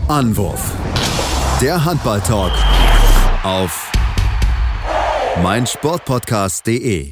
Anwurf. Der Handball-Talk auf meinsportpodcast.de.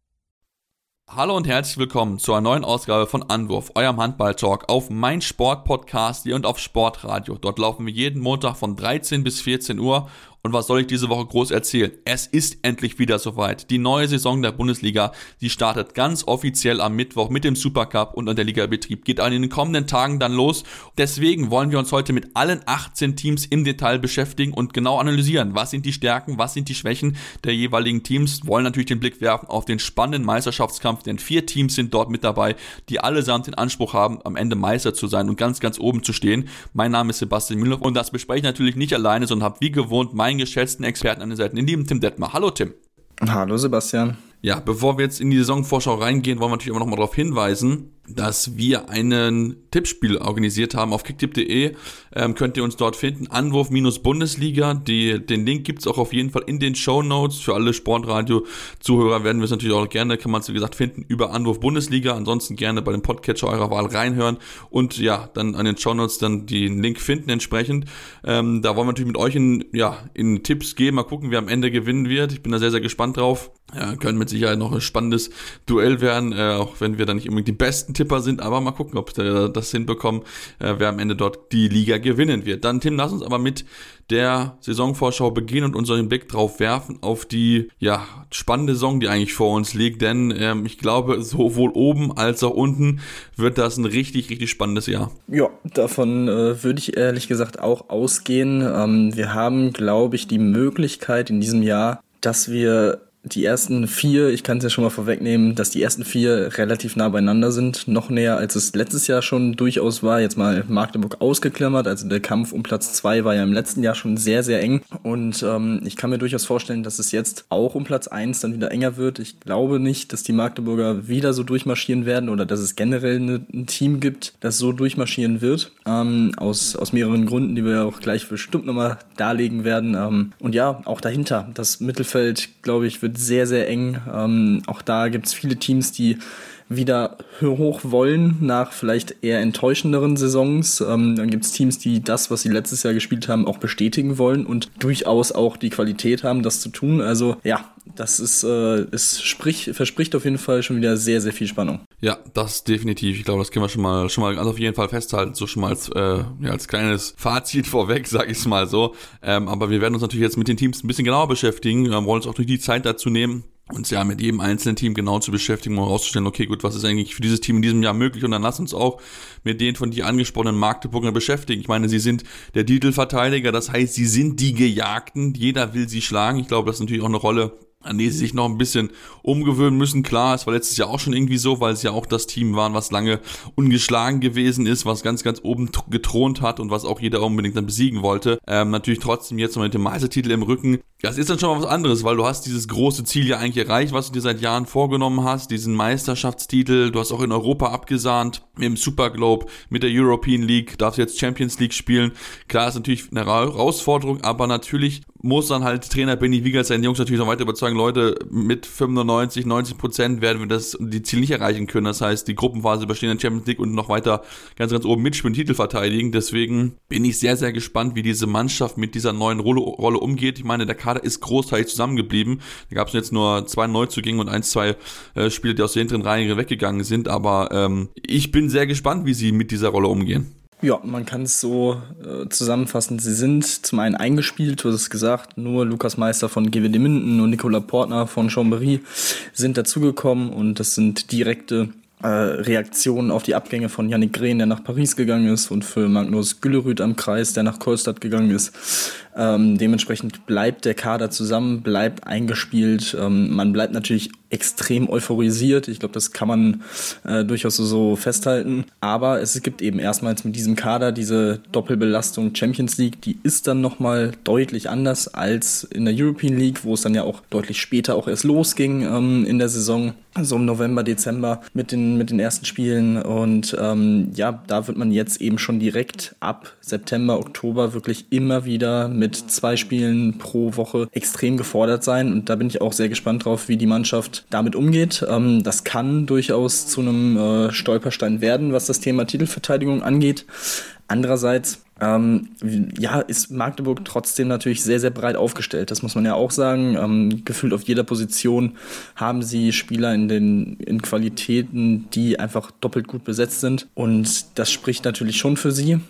Hallo und herzlich willkommen zu einer neuen Ausgabe von Anwurf, eurem Handball-Talk auf meinsportpodcast.de und auf Sportradio. Dort laufen wir jeden Montag von 13 bis 14 Uhr. Und was soll ich diese Woche groß erzählen? Es ist endlich wieder soweit. Die neue Saison der Bundesliga, die startet ganz offiziell am Mittwoch mit dem Supercup und der Ligabetrieb. Geht in den kommenden Tagen dann los. Deswegen wollen wir uns heute mit allen 18 Teams im Detail beschäftigen und genau analysieren. Was sind die Stärken, was sind die Schwächen der jeweiligen Teams? Wollen natürlich den Blick werfen auf den spannenden Meisterschaftskampf, denn 4 Teams sind dort mit dabei, die allesamt den Anspruch haben, am Ende Meister zu sein und ganz, ganz oben zu stehen. Mein Name ist Sebastian Müller und das bespreche ich natürlich nicht alleine, sondern habe wie gewohnt meinen geschätzten Experten an den Seiten, den lieben Tim Detmer. Hallo Tim. Hallo Sebastian. Ja, bevor wir jetzt in die Saisonvorschau reingehen, wollen wir natürlich immer noch mal darauf hinweisen, dass wir einen Tippspiel organisiert haben auf kicktipp.de. Könnt ihr uns dort finden. Anwurf-Bundesliga. Den Link gibt es auch auf jeden Fall in den Shownotes. Für alle Sportradio-Zuhörer werden wir es natürlich auch gerne, kann man es wie gesagt finden, über Anwurf-Bundesliga. Ansonsten gerne bei dem Podcatcher eurer Wahl reinhören und ja, dann an den Shownotes dann den Link finden entsprechend. Da wollen wir natürlich mit euch in Tipps geben. Mal gucken, wer am Ende gewinnen wird. Ich bin da sehr, sehr gespannt drauf. Ja, können mit Sicherheit noch ein spannendes Duell werden, auch wenn wir da nicht unbedingt die besten Tipper sind, aber mal gucken, ob wir das hinbekommen, wer am Ende dort die Liga gewinnen wird. Dann, Tim, lass uns aber mit der Saisonvorschau beginnen und unseren Blick drauf werfen auf die spannende Saison, die eigentlich vor uns liegt, denn ich glaube, sowohl oben als auch unten wird das ein richtig, richtig spannendes Jahr. Ja, davon würde ich ehrlich gesagt auch ausgehen. Wir haben, glaube ich, die Möglichkeit in diesem Jahr, dass wir die ersten 4, ich kann es ja schon mal vorwegnehmen, dass die ersten 4 relativ nah beieinander sind, noch näher als es letztes Jahr schon durchaus war, jetzt mal Magdeburg ausgeklammert, also der Kampf um Platz 2 war ja im letzten Jahr schon sehr, sehr eng und ich kann mir durchaus vorstellen, dass es jetzt auch um Platz 1 dann wieder enger wird. Ich glaube nicht, dass die Magdeburger wieder so durchmarschieren werden oder dass es generell ein Team gibt, das so durchmarschieren wird, aus mehreren Gründen, die wir auch gleich bestimmt nochmal darlegen werden und ja, auch dahinter, das Mittelfeld, glaube ich, wird sehr, sehr eng. Auch da gibt es viele Teams, die wieder hoch wollen nach vielleicht eher enttäuschenderen Saisons. Dann gibt es Teams, die das, was sie letztes Jahr gespielt haben, auch bestätigen wollen und durchaus auch die Qualität haben, das zu tun. Also ja, das ist verspricht auf jeden Fall schon wieder sehr, sehr viel Spannung. Ja, das definitiv. Ich glaube, das können wir schon mal also auf jeden Fall festhalten, so schon mal als kleines Fazit vorweg, sage ich es mal so. Aber wir werden uns natürlich jetzt mit den Teams ein bisschen genauer beschäftigen. Wir wollen uns auch durch die Zeit dazu nehmen, uns ja mit jedem einzelnen Team genau zu beschäftigen, um herauszustellen, okay, gut, was ist eigentlich für dieses Team in diesem Jahr möglich? Und dann lass uns auch mit den von dir angesprochenen Magdeburger beschäftigen. Ich meine, sie sind der Titelverteidiger, das heißt, sie sind die Gejagten, jeder will sie schlagen. Ich glaube, das ist natürlich auch eine Rolle, an die sie sich noch ein bisschen umgewöhnen müssen. Klar, es war letztes Jahr auch schon irgendwie so, weil es ja auch das Team waren, was lange ungeschlagen gewesen ist, was ganz, ganz oben gethront hat und was auch jeder unbedingt dann besiegen wollte. Natürlich trotzdem jetzt noch mit dem Meistertitel im Rücken. Das ist dann schon mal was anderes, weil du hast dieses große Ziel ja eigentlich erreicht, was du dir seit Jahren vorgenommen hast, diesen Meisterschaftstitel. Du hast auch in Europa abgesahnt, mit dem Superglobe, mit der European League, darfst jetzt Champions League spielen. Klar, ist natürlich eine Herausforderung, aber natürlich muss dann halt Trainer Benny Wiegert seine Jungs natürlich noch weiter überzeugen, Leute, mit 95-90% werden wir die Ziel nicht erreichen können. Das heißt, die Gruppenphase bestehen in der Champions League und noch weiter ganz, ganz oben mitspielen, Titel verteidigen. Deswegen bin ich sehr, sehr gespannt, wie diese Mannschaft mit dieser neuen Rolle umgeht. Ich meine, der Kader ist großteilig zusammengeblieben. Da gab es jetzt nur 2 Neuzugänge und 2 Spieler, die aus der hinteren Reihe weggegangen sind. Aber ich bin sehr gespannt, wie sie mit dieser Rolle umgehen. Ja, man kann es so zusammenfassen. Sie sind zum einen eingespielt, du hast es gesagt, nur Lukas Meister von GWD Minden und Nicolas Portner von Chambéry sind dazugekommen und das sind direkte Reaktionen auf die Abgänge von Yannick Grehn, der nach Paris gegangen ist, und für Magnus Güllerud am Kreis, der nach Kolstadt gegangen ist. Dementsprechend bleibt der Kader zusammen, bleibt eingespielt. Man bleibt natürlich extrem euphorisiert. Ich glaube, das kann man durchaus so festhalten. Aber es gibt eben erstmals mit diesem Kader diese Doppelbelastung Champions League. Die ist dann nochmal deutlich anders als in der European League, wo es dann ja auch deutlich später auch erst losging in der Saison. Also im November, Dezember mit den ersten Spielen. Und da wird man jetzt eben schon direkt ab September, Oktober wirklich immer wieder mit 2 Spielen pro Woche extrem gefordert sein. Und da bin ich auch sehr gespannt drauf, wie die Mannschaft damit umgeht. Das kann durchaus zu einem Stolperstein werden, was das Thema Titelverteidigung angeht. Andererseits ist Magdeburg trotzdem natürlich sehr, sehr breit aufgestellt. Das muss man ja auch sagen. Gefühlt auf jeder Position haben sie Spieler in Qualitäten, die einfach doppelt gut besetzt sind. Und das spricht natürlich schon für sie.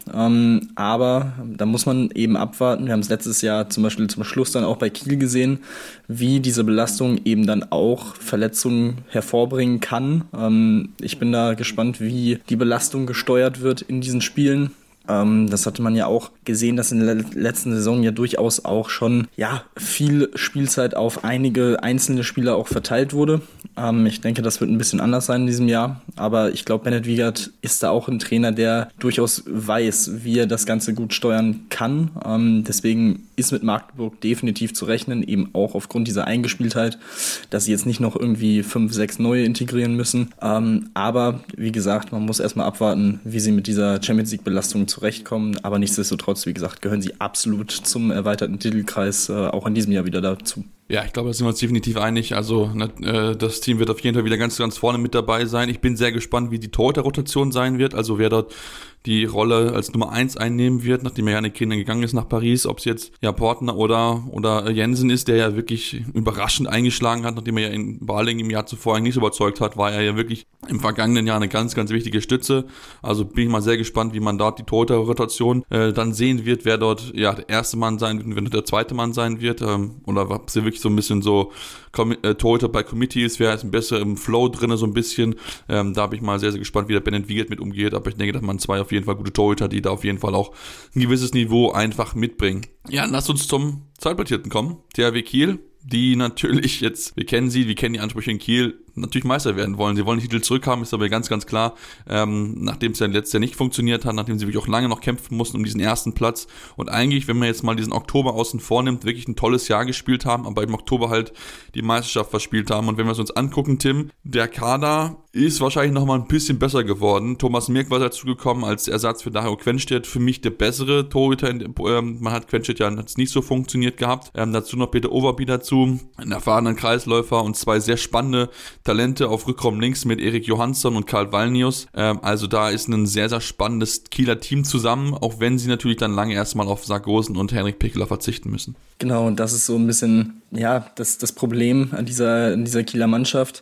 Aber da muss man eben abwarten. Wir haben es letztes Jahr zum Beispiel zum Schluss dann auch bei Kiel gesehen, wie diese Belastung eben dann auch Verletzungen hervorbringen kann. Ich bin da gespannt, wie die Belastung gesteuert wird in diesen Spielen. Das hatte man ja auch gesehen, dass in der letzten Saison ja durchaus auch schon viel Spielzeit auf einige einzelne Spieler auch verteilt wurde. Ich denke, das wird ein bisschen anders sein in diesem Jahr. Aber ich glaube, Bennett Wiegert ist da auch ein Trainer, der durchaus weiß, wie er das Ganze gut steuern kann. Deswegen ist mit Magdeburg definitiv zu rechnen, eben auch aufgrund dieser Eingespieltheit, dass sie jetzt nicht noch irgendwie 5, 6 neue integrieren müssen. Aber wie gesagt, man muss erstmal abwarten, wie sie mit dieser Champions-League-Belastung zurechtkommen. Aber nichtsdestotrotz, wie gesagt, gehören sie absolut zum erweiterten Titelkreis auch in diesem Jahr wieder dazu. Ja, ich glaube, da sind wir uns definitiv einig. Also das Team wird auf jeden Fall wieder ganz, ganz vorne mit dabei sein. Ich bin sehr gespannt, wie die Torhüter-Rotation sein wird. Also wer dort die Rolle als Nummer 1 einnehmen wird, nachdem Janik Kehner gegangen ist nach Paris. Ob es jetzt Portner oder Jensen ist, der ja wirklich überraschend eingeschlagen hat, nachdem er ja in Balingen im Jahr zuvor eigentlich nicht so überzeugt hat, war er ja wirklich im vergangenen Jahr eine ganz, ganz wichtige Stütze. Also bin ich mal sehr gespannt, wie man dort die Torhüter-Rotation dann sehen wird, wer dort der erste Mann sein wird und wer der zweite Mann sein wird. Oder ob sie wirklich so ein bisschen so Torhüter bei Committees, wer ist besser im Flow drin, so ein bisschen. Da bin ich mal sehr, sehr gespannt, wie der Bennett Wiegert mit umgeht. Aber ich denke, dass man 2 auf jeden Fall gute Torhüter, die da auf jeden Fall auch ein gewisses Niveau einfach mitbringen. Ja, lass uns zum Zweitplatzierten kommen. THW Kiel, die natürlich jetzt, wir kennen die Ansprüche in Kiel, natürlich Meister werden wollen. Sie wollen den Titel zurückhaben, ist aber ganz, ganz klar, nachdem es ja letztes Jahr nicht funktioniert hat, nachdem sie wirklich auch lange noch kämpfen mussten um diesen ersten Platz und eigentlich, wenn man jetzt mal diesen Oktober außen vor nimmt, wirklich ein tolles Jahr gespielt haben, aber im Oktober halt die Meisterschaft verspielt haben. Und wenn wir es uns angucken, Tim, der Kader ist wahrscheinlich nochmal ein bisschen besser geworden. Thomas Mirk war dazu gekommen als Ersatz für Dario Quenstedt, für mich der bessere Torhüter. Man hat Quenstedt ja hat's nicht so funktioniert gehabt. Dazu noch Peter Overby dazu, einen erfahrenen Kreisläufer und 2 sehr spannende Talente auf Rückraum links mit Erik Johansson und Karl Wallnius. Also da ist ein sehr, sehr spannendes Kieler Team zusammen, auch wenn sie natürlich dann lange erstmal auf Sargosen und Henrik Pekeler verzichten müssen. Genau, und das ist so ein bisschen das Problem an dieser Kieler Mannschaft,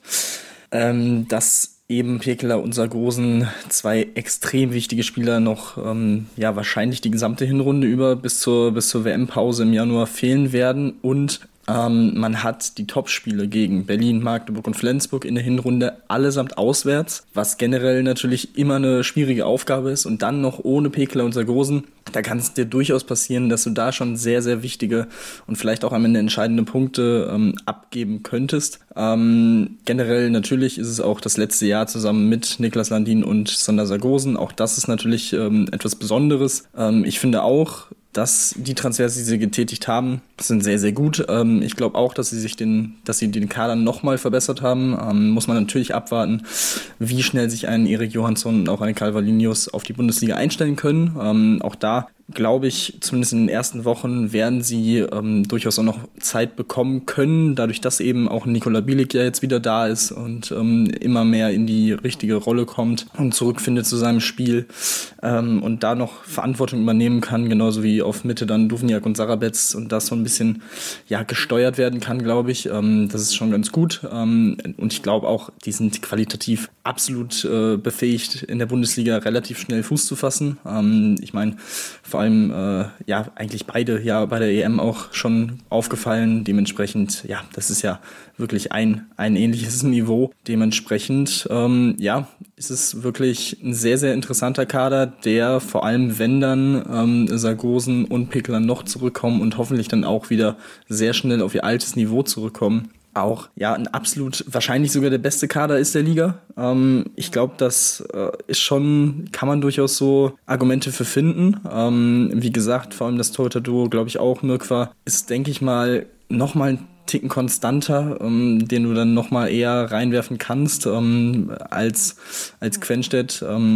dass eben Pekeler und Sargosen 2 extrem wichtige Spieler noch wahrscheinlich die gesamte Hinrunde über bis zur WM-Pause im Januar fehlen werden und man hat die Topspiele gegen Berlin, Magdeburg und Flensburg in der Hinrunde allesamt auswärts, was generell natürlich immer eine schwierige Aufgabe ist und dann noch ohne Pekeler und Sargosen. Da kann es dir durchaus passieren, dass du da schon sehr, sehr wichtige und vielleicht auch am Ende entscheidende Punkte abgeben könntest. Generell natürlich ist es auch das letzte Jahr zusammen mit Niklas Landin und Sander Sargosen. Auch das ist natürlich etwas Besonderes. Ich finde auch, dass die Transfers, die sie getätigt haben, sind sehr, sehr gut. Ich glaube auch, dass sie den Kader nochmal verbessert haben. Muss man natürlich abwarten, wie schnell sich ein Erik Johansson und auch ein Karl Wallnius auf die Bundesliga einstellen können. Auch da glaube ich, zumindest in den ersten Wochen werden sie durchaus auch noch Zeit bekommen können, dadurch, dass eben auch Nikola Bielik ja jetzt wieder da ist und immer mehr in die richtige Rolle kommt und zurückfindet zu seinem Spiel und da noch Verantwortung übernehmen kann, genauso wie auf Mitte dann Duvniak und Sarabetz und das so ein bisschen gesteuert werden kann, glaube ich. Das ist schon ganz gut und ich glaube auch, die sind qualitativ absolut befähigt, in der Bundesliga relativ schnell Fuß zu fassen. Ich meine, vor allem eigentlich beide bei der EM auch schon aufgefallen. Dementsprechend, das ist ja wirklich ein ähnliches Niveau. Dementsprechend, ist es wirklich ein sehr, sehr interessanter Kader, der vor allem, wenn dann Sargosen und Pekeler noch zurückkommen und hoffentlich dann auch wieder sehr schnell auf ihr altes Niveau zurückkommen, auch ein absolut wahrscheinlich sogar der beste Kader ist der Liga. Ich glaube, das ist schon, kann man durchaus so Argumente für finden. Wie gesagt, vor allem das Torhüter-Duo, glaube ich auch, Mirkwa ist, denke ich mal, nochmal ein Ticken konstanter, den du dann nochmal eher reinwerfen kannst als Quenstedt.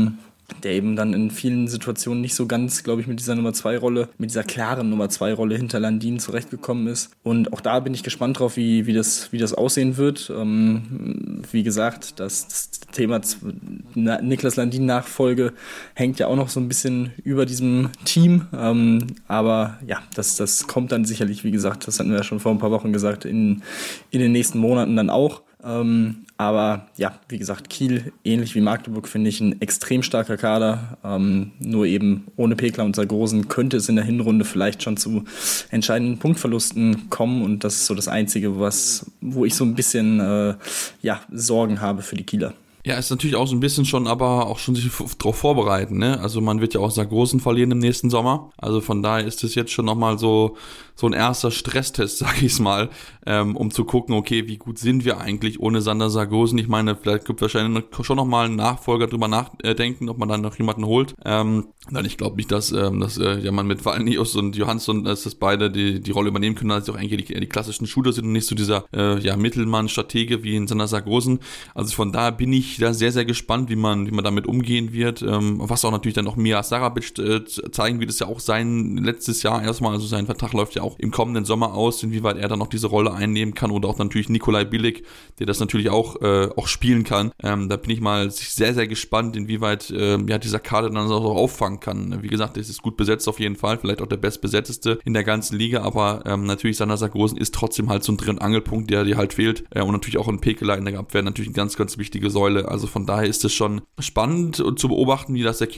der eben dann in vielen Situationen nicht so ganz, glaube ich, mit dieser Nummer-2-Rolle, mit dieser klaren Nummer-2-Rolle hinter Landin zurechtgekommen ist. Und auch da bin ich gespannt drauf, wie das aussehen wird. Wie gesagt, das Thema Niklas Landin-Nachfolge hängt ja auch noch so ein bisschen über diesem Team. Aber ja, das kommt dann sicherlich, wie gesagt, das hatten wir ja schon vor ein paar Wochen gesagt, in den nächsten Monaten dann auch. Aber ja, wie gesagt, Kiel, ähnlich wie Magdeburg, finde ich ein extrem starker Kader. Nur eben ohne Pekler und Sargosen könnte es in der Hinrunde vielleicht schon zu entscheidenden Punktverlusten kommen. Und das ist so das Einzige, wo ich so ein bisschen Sorgen habe für die Kieler. Ja, ist natürlich auch so ein bisschen schon, aber auch schon sich darauf vorbereiten, ne? Also man wird ja auch Sargosen verlieren im nächsten Sommer. Also von daher ist es jetzt schon nochmal so ein erster Stresstest, sag ich's mal, um zu gucken, okay, wie gut sind wir eigentlich ohne Sander Sargosen? Ich meine, vielleicht gibt wahrscheinlich schon nochmal einen Nachfolger drüber nachdenken, ob man dann noch jemanden holt. Denn ich glaube nicht, dass man mit Valnius und Johansson, dass das beide die Rolle übernehmen können, dass sie auch eigentlich die klassischen Shooter sind und nicht so dieser Mittelmann-Stratege wie in Sander Sargosen. Also von daher bin ich da sehr, sehr gespannt, wie man damit umgehen wird. Was auch natürlich dann auch Mia Sarabic zeigen wird, ist ja auch sein letztes Jahr erstmal, also sein Vertrag läuft ja auch im kommenden Sommer aus, inwieweit er dann noch diese Rolle einnehmen kann, oder auch natürlich Nikolai Billig, der das natürlich auch spielen kann. Da bin ich mal sehr, sehr gespannt, inwieweit dieser Kader dann auch auffangen kann. Wie gesagt, es ist gut besetzt auf jeden Fall, vielleicht auch der bestbesetzteste in der ganzen Liga, aber natürlich Sander Sargosen ist trotzdem halt so ein Dreh- und Angelpunkt, der dir halt fehlt, und natürlich auch ein Pekeler in der Abwehr natürlich eine ganz, ganz wichtige Säule. Also von daher ist es schon spannend zu beobachten, wie das das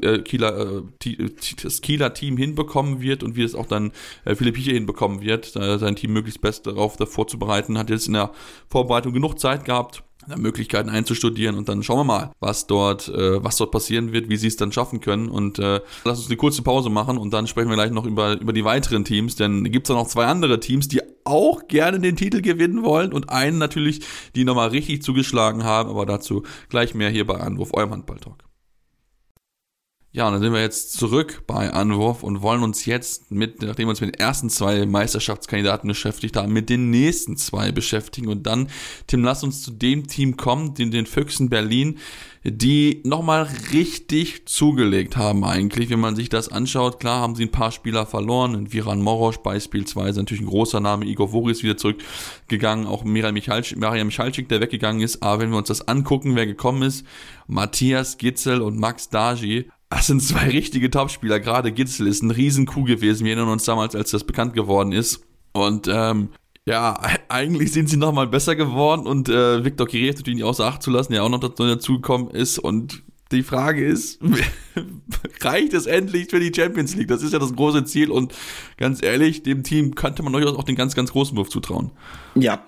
Kieler Team hinbekommen wird und wie es auch dann Philipp Hiecher hinbekommen wird, sein Team möglichst best darauf vorzubereiten. Hat jetzt in der Vorbereitung genug Zeit gehabt, Möglichkeiten einzustudieren, und dann schauen wir mal, was dort passieren wird, wie sie es dann schaffen können. Und lass uns eine kurze Pause machen und dann sprechen wir gleich noch über die weiteren Teams, denn gibt es auch noch 2 andere Teams, die auch gerne den Titel gewinnen wollen, und einen natürlich, die nochmal richtig zugeschlagen haben, aber dazu gleich mehr hier bei Anwurf, eurem Handball-Talk. Ja, und dann sind wir jetzt zurück bei Anwurf und wollen uns jetzt nachdem wir uns mit den ersten 2 Meisterschaftskandidaten beschäftigt haben, mit den nächsten 2 beschäftigen. Und dann, Tim, lass uns zu dem Team kommen, den Füchsen Berlin, die nochmal richtig zugelegt haben eigentlich, wenn man sich das anschaut. Klar haben sie ein paar Spieler verloren, Viran Morosch beispielsweise, natürlich ein großer Name, Igor Voris wieder zurückgegangen, auch Maria Michalczyk, der weggegangen ist. Aber wenn wir uns das angucken, wer gekommen ist, Matthias Gitzel und Max Dagy, das sind 2 richtige Topspieler. Gerade Gitzel ist ein Riesen-Coup gewesen. Wir erinnern uns damals, als das bekannt geworden ist. Und eigentlich sind sie nochmal besser geworden. Und Viktor Kireev natürlich nicht außer Acht zu lassen, der auch noch dazugekommen ist. Und die Frage ist, reicht es endlich für die Champions League? Das ist ja das große Ziel. Und ganz ehrlich, dem Team könnte man durchaus auch den ganz, ganz großen Wurf zutrauen. Ja,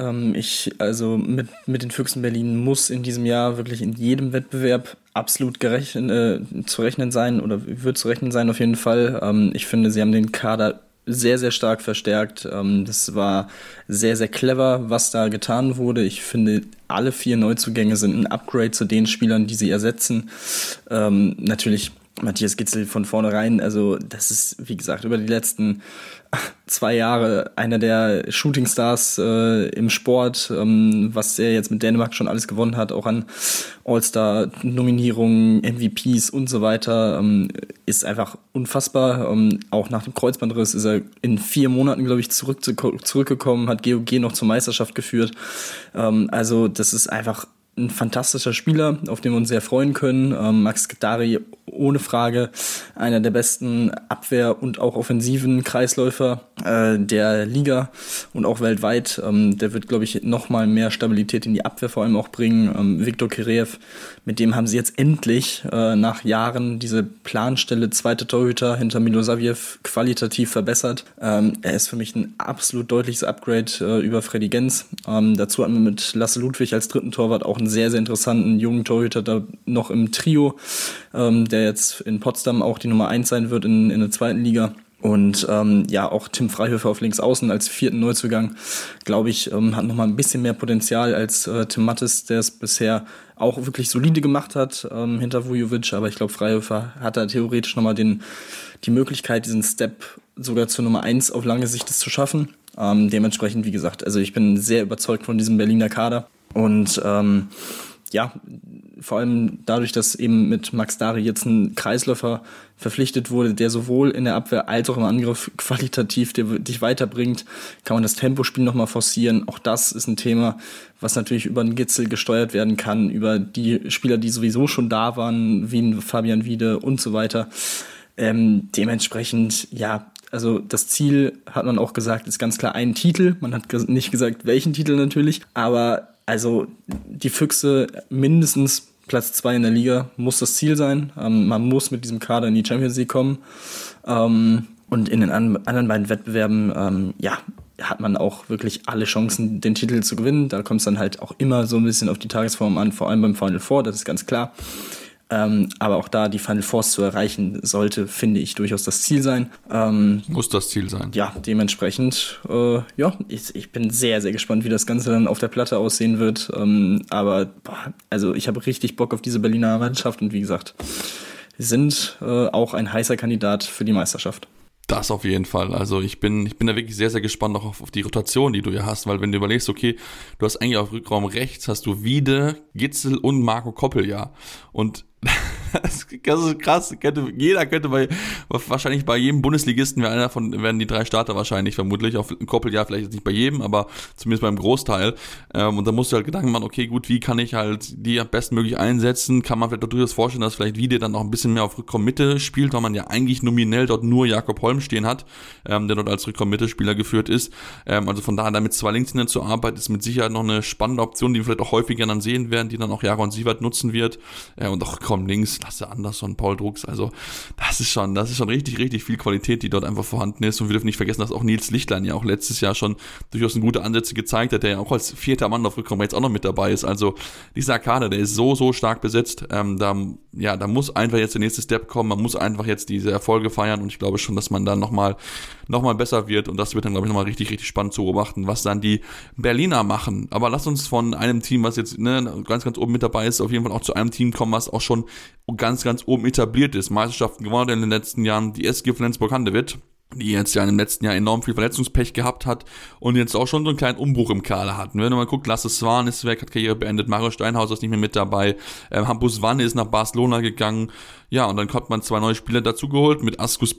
mit den Füchsen Berlin muss in diesem Jahr wirklich in jedem Wettbewerb absolut zu rechnen sein, oder wird zu rechnen sein auf jeden Fall. Ich finde, sie haben den Kader sehr, sehr stark verstärkt. Das war sehr, sehr clever, was da getan wurde. Ich finde, alle 4 Neuzugänge sind ein Upgrade zu den Spielern, die sie ersetzen. Natürlich Matthias Gitzel von vornherein, also das ist, wie gesagt, über die letzten 2 Jahre einer der Shootingstars im Sport, was er jetzt mit Dänemark schon alles gewonnen hat, auch an All-Star-Nominierungen, MVPs und so weiter, ist einfach unfassbar. Auch nach dem Kreuzbandriss ist er in 4 Monaten, glaube ich, zurückgekommen, hat GOG noch zur Meisterschaft geführt. Also das ist einfach ein fantastischer Spieler, auf den wir uns sehr freuen können. Max Gdari, ohne Frage, einer der besten Abwehr- und auch offensiven Kreisläufer der Liga und auch weltweit. Der wird, glaube ich, nochmal mehr Stabilität in die Abwehr vor allem auch bringen. Viktor Kireev, mit dem haben sie jetzt endlich nach Jahren diese Planstelle zweite Torhüter hinter Milosavljev qualitativ verbessert. Er ist für mich ein absolut deutliches Upgrade über Freddy Gens. Dazu hatten wir mit Lasse Ludwig als dritten Torwart auch einen sehr, sehr interessanten jungen Torhüter da noch im Trio, der jetzt in Potsdam auch die Nummer 1 sein wird in der zweiten Liga. Und auch Tim Freihöfer auf links außen als 4. Neuzugang, glaube ich, hat nochmal ein bisschen mehr Potenzial als Tim Mattes, der es bisher auch wirklich solide gemacht hat hinter Vujovic. Aber ich glaube, Freihöfer hat da theoretisch nochmal die Möglichkeit, diesen Step sogar zur Nummer 1 auf lange Sicht zu schaffen. Dementsprechend, wie gesagt, also ich bin sehr überzeugt von diesem Berliner Kader. Und vor allem dadurch, dass eben mit Max Dari jetzt ein Kreisläufer verpflichtet wurde, der sowohl in der Abwehr als auch im Angriff qualitativ dich weiterbringt, kann man das Tempospiel nochmal forcieren. Auch das ist ein Thema, was natürlich über einen Gitzel gesteuert werden kann, über die Spieler, die sowieso schon da waren, wie Fabian Wiede und so weiter. Dementsprechend, also das Ziel, hat man auch gesagt, ist ganz klar ein Titel. Man hat nicht gesagt, welchen Titel natürlich, aber also die Füchse mindestens Platz 2 in der Liga muss das Ziel sein. Man muss mit diesem Kader in die Champions League kommen. Und in den anderen beiden Wettbewerben, hat man auch wirklich alle Chancen, den Titel zu gewinnen. Da kommt es dann halt auch immer so ein bisschen auf die Tagesform an, vor allem beim Final Four, das ist ganz klar. Aber auch da die Final Fours zu erreichen, sollte, finde ich, durchaus das Ziel sein. Muss das Ziel sein. Ja, dementsprechend, ich bin sehr, sehr gespannt, wie das Ganze dann auf der Platte aussehen wird. Aber ich habe richtig Bock auf diese Berliner Mannschaft und wie gesagt, sind auch ein heißer Kandidat für die Meisterschaft. Das auf jeden Fall. Also ich bin da wirklich sehr, sehr gespannt auch auf die Rotation, die du hier hast, weil wenn du überlegst, okay, du hast eigentlich auf Rückraum rechts, hast du Wiede, Gitzel und Marco Koppel, und das ist krass. Jeder könnte wahrscheinlich bei jedem Bundesligisten werden die 3 Starter wahrscheinlich, vermutlich. Auf Koppel vielleicht jetzt nicht bei jedem, aber zumindest beim Großteil. Und da musst du halt Gedanken machen, okay, gut, wie kann ich halt die am besten möglich einsetzen? Kann man vielleicht durchaus vorstellen, dass vielleicht Wiede dann noch ein bisschen mehr auf Rückraum-Mitte spielt, weil man ja eigentlich nominell dort nur Jakob Holm stehen hat, der dort als Rückraum-Mitte-Spieler geführt ist. Also von daher, damit 2 Linkshänder zu arbeiten, ist mit Sicherheit noch eine spannende Option, die wir vielleicht auch häufiger dann sehen werden, die dann auch Jaron Sievert nutzen wird. Und auch links, Lasse Andersson, Paul Drucks, also das ist schon richtig, richtig viel Qualität, die dort einfach vorhanden ist. Und wir dürfen nicht vergessen, dass auch Nils Lichtlein ja auch letztes Jahr schon durchaus gute Ansätze gezeigt hat, der ja auch als 4. Mann auf Rückraum jetzt auch noch mit dabei ist. Also dieser Kader, der ist so, so stark besetzt. Da muss einfach jetzt der nächste Step kommen. Man muss einfach jetzt diese Erfolge feiern und ich glaube schon, dass man dann nochmal besser wird und das wird dann, glaube ich, nochmal richtig, richtig spannend zu beobachten, was dann die Berliner machen. Aber lass uns von einem Team, was jetzt ganz, ganz oben mit dabei ist, auf jeden Fall auch zu einem Team kommen, was auch schon ganz, ganz oben etabliert ist. Meisterschaften gewonnen in den letzten Jahren, die SG Flensburg-Handewitt, die jetzt ja im letzten Jahr enorm viel Verletzungspech gehabt hat und jetzt auch schon so einen kleinen Umbruch im Kader hat. Wenn man mal guckt, Lasse Swan ist weg, hat Karriere beendet, Mario Steinhauser ist nicht mehr mit dabei, Hampus Wanne ist nach Barcelona gegangen, und dann hat man 2 neue Spieler dazugeholt mit August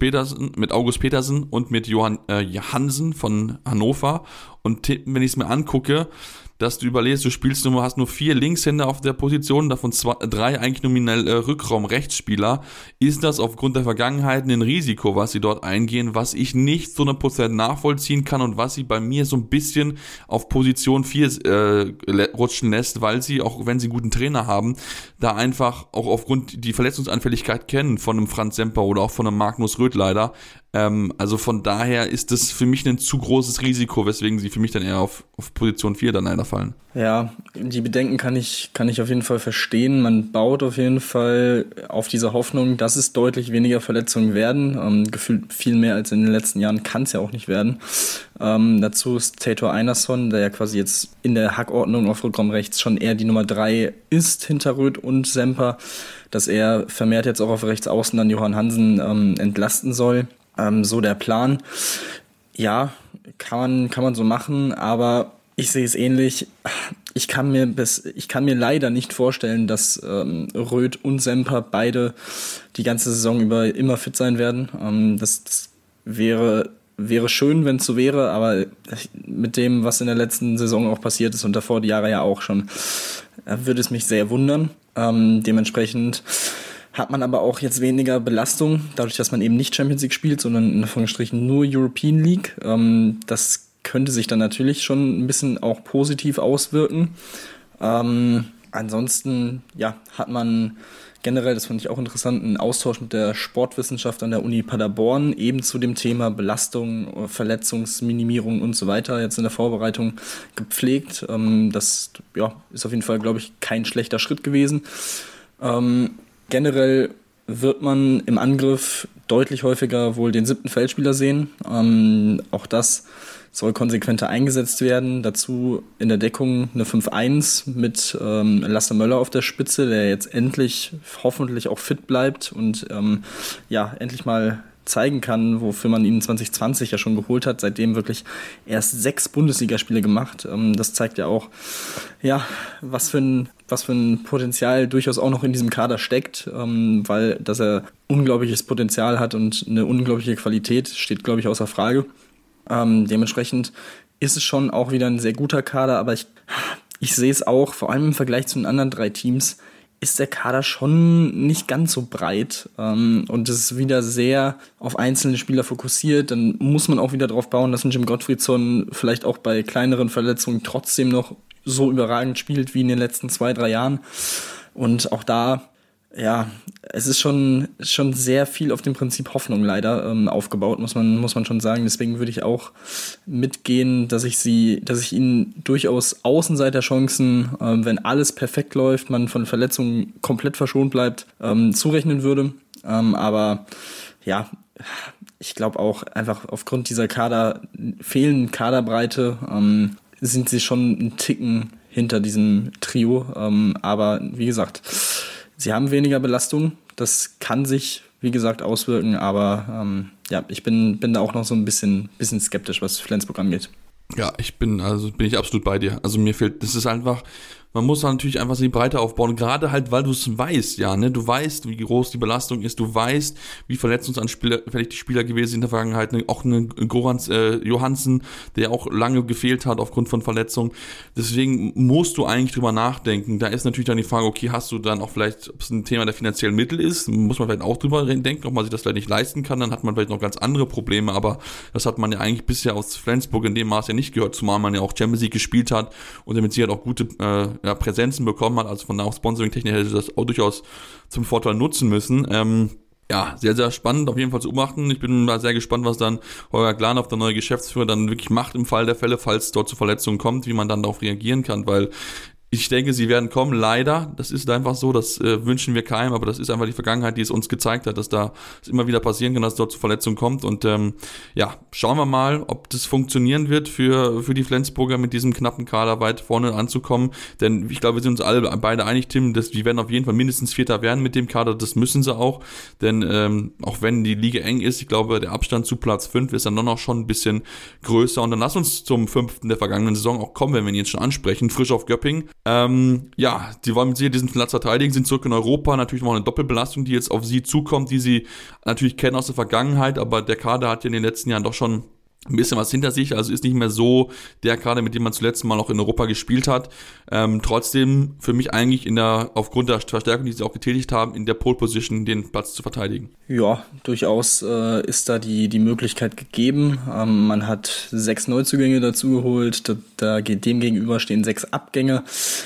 Petersen und mit Johann Hansen von Hannover. Und wenn ich es mir angucke, dass du überlegst, hast nur 4 Linkshänder auf der Position, davon 3 eigentlich nominell Rückraum-Rechtsspieler, ist das aufgrund der Vergangenheit ein Risiko, was sie dort eingehen, was ich nicht zu 100% nachvollziehen kann und was sie bei mir so ein bisschen auf Position 4 rutschen lässt, weil sie, auch wenn sie einen guten Trainer haben, da einfach auch aufgrund die Verletzungsanfälligkeit kennen von einem Franz Semper oder auch von einem Magnus Röth leider. Also von daher ist das für mich ein zu großes Risiko, weswegen sie für mich dann eher auf Position 4 dann leider fallen. Ja, die Bedenken kann ich auf jeden Fall verstehen. Man baut auf jeden Fall auf diese Hoffnung, dass es deutlich weniger Verletzungen werden. Gefühlt viel mehr als in den letzten Jahren kann es ja auch nicht werden. Dazu ist Tator Einarsson, der ja quasi jetzt in der Hackordnung auf Rückraum rechts schon eher die Nummer 3 ist hinter Röth und Semper, dass er vermehrt jetzt auch auf rechts außen dann Johann Hansen entlasten soll. So der Plan. Ja, kann man so machen, aber ich sehe es ähnlich. Ich kann mir leider nicht vorstellen, dass Röth und Semper beide die ganze Saison über immer fit sein werden. Das wäre schön, wenn es so wäre, aber mit dem, was in der letzten Saison auch passiert ist und davor die Jahre ja auch schon, würde es mich sehr wundern. Dementsprechend hat man aber auch jetzt weniger Belastung, dadurch, dass man eben nicht Champions League spielt, sondern in Anführungsstrichen nur European League. Das könnte sich dann natürlich schon ein bisschen auch positiv auswirken. Ansonsten hat man generell, das fand ich auch interessant, einen Austausch mit der Sportwissenschaft an der Uni Paderborn, eben zu dem Thema Belastung, Verletzungsminimierung und so weiter, jetzt in der Vorbereitung gepflegt. Das ist auf jeden Fall, glaube ich, kein schlechter Schritt gewesen. Generell wird man im Angriff deutlich häufiger wohl den 7. Feldspieler sehen. Auch das soll konsequenter eingesetzt werden. Dazu in der Deckung eine 5-1 mit Lasse Möller auf der Spitze, der jetzt endlich hoffentlich auch fit bleibt und endlich mal zeigen kann, wofür man ihn 2020 ja schon geholt hat, seitdem wirklich erst 6 Bundesligaspiele gemacht. Das zeigt ja auch, ja, was für ein Potenzial durchaus auch noch in diesem Kader steckt, weil dass er unglaubliches Potenzial hat und eine unglaubliche Qualität, steht, glaube ich, außer Frage. Dementsprechend ist es schon auch wieder ein sehr guter Kader, aber ich sehe es auch, vor allem im Vergleich zu den anderen 3 Teams, ist der Kader schon nicht ganz so breit und es ist wieder sehr auf einzelne Spieler fokussiert. Dann muss man auch wieder darauf bauen, dass ein Jim Gottfriedson vielleicht auch bei kleineren Verletzungen trotzdem noch so überragend spielt wie in den letzten 2-3 Jahren. Und auch da, ja, es ist schon sehr viel auf dem Prinzip Hoffnung leider aufgebaut, muss man schon sagen. Deswegen würde ich auch mitgehen, dass ich ihnen durchaus Außenseiterchancen, wenn alles perfekt läuft, man von Verletzungen komplett verschont bleibt, zurechnen würde. Aber ja, ich glaube auch einfach aufgrund dieser fehlenden Kaderbreite sind sie schon einen Ticken hinter diesem Trio. Aber wie gesagt, sie haben weniger Belastung, das kann sich, wie gesagt, auswirken, aber ja, ich bin da auch noch so ein bisschen skeptisch, was Flensburg angeht. Ja, bin ich absolut bei dir. Also mir fehlt, das ist einfach, man muss natürlich einfach die Breite aufbauen, gerade halt, weil du es weißt, ja, ne, du weißt, wie groß die Belastung ist, du weißt, wie verletzungsanfällig die Spieler gewesen sind in der Vergangenheit, auch ein Goran Johansen, der auch lange gefehlt hat aufgrund von Verletzungen, deswegen musst du eigentlich drüber nachdenken, da ist natürlich dann die Frage, okay, hast du dann auch vielleicht, ob es ein Thema der finanziellen Mittel ist, muss man vielleicht auch drüber denken, ob man sich das vielleicht nicht leisten kann, dann hat man vielleicht noch ganz andere Probleme, aber das hat man ja eigentlich bisher aus Flensburg in dem Maß ja nicht gehört, zumal man ja auch Champions League gespielt hat und damit sie halt auch gute Präsenzen bekommen hat, also von der Sponsoring-Technik hätte das auch durchaus zum Vorteil nutzen müssen. Ja, sehr, sehr spannend auf jeden Fall zu beobachten. Ich bin mal sehr gespannt, was dann Holger Glanhoff, der neue Geschäftsführer, dann wirklich macht im Fall der Fälle, falls es dort zu Verletzungen kommt, wie man dann darauf reagieren kann, weil ich denke, sie werden kommen, leider, das ist einfach so, das wünschen wir keinem, aber das ist einfach die Vergangenheit, die es uns gezeigt hat, dass da es immer wieder passieren kann, dass es dort zu Verletzungen kommt und ja, schauen wir mal, ob das funktionieren wird für die Flensburger mit diesem knappen Kader weit vorne anzukommen, denn ich glaube, wir sind uns alle beide einig, Tim, die werden auf jeden Fall mindestens Vierter werden mit dem Kader, das müssen sie auch, denn auch wenn die Liga eng ist, ich glaube, der Abstand zu Platz 5 ist dann noch schon ein bisschen größer und dann lass uns zum 5. der vergangenen Saison auch kommen, wenn wir ihn jetzt schon ansprechen, frisch auf Göppingen. Ja, die wollen mit sich diesen Platz verteidigen, sind zurück in Europa, natürlich noch eine Doppelbelastung, die jetzt auf sie zukommt, die sie natürlich kennen aus der Vergangenheit, aber der Kader hat ja in den letzten Jahren doch schon ein bisschen was hinter sich, also ist nicht mehr so der Kader, mit dem man zuletzt mal noch in Europa gespielt hat. Trotzdem für mich eigentlich aufgrund der Verstärkung, die sie auch getätigt haben, in der Pole Position den Platz zu verteidigen. Ja, durchaus ist da die Möglichkeit gegeben. Man hat 6 Neuzugänge dazu geholt, dem gegenüber stehen 6 Abgänge.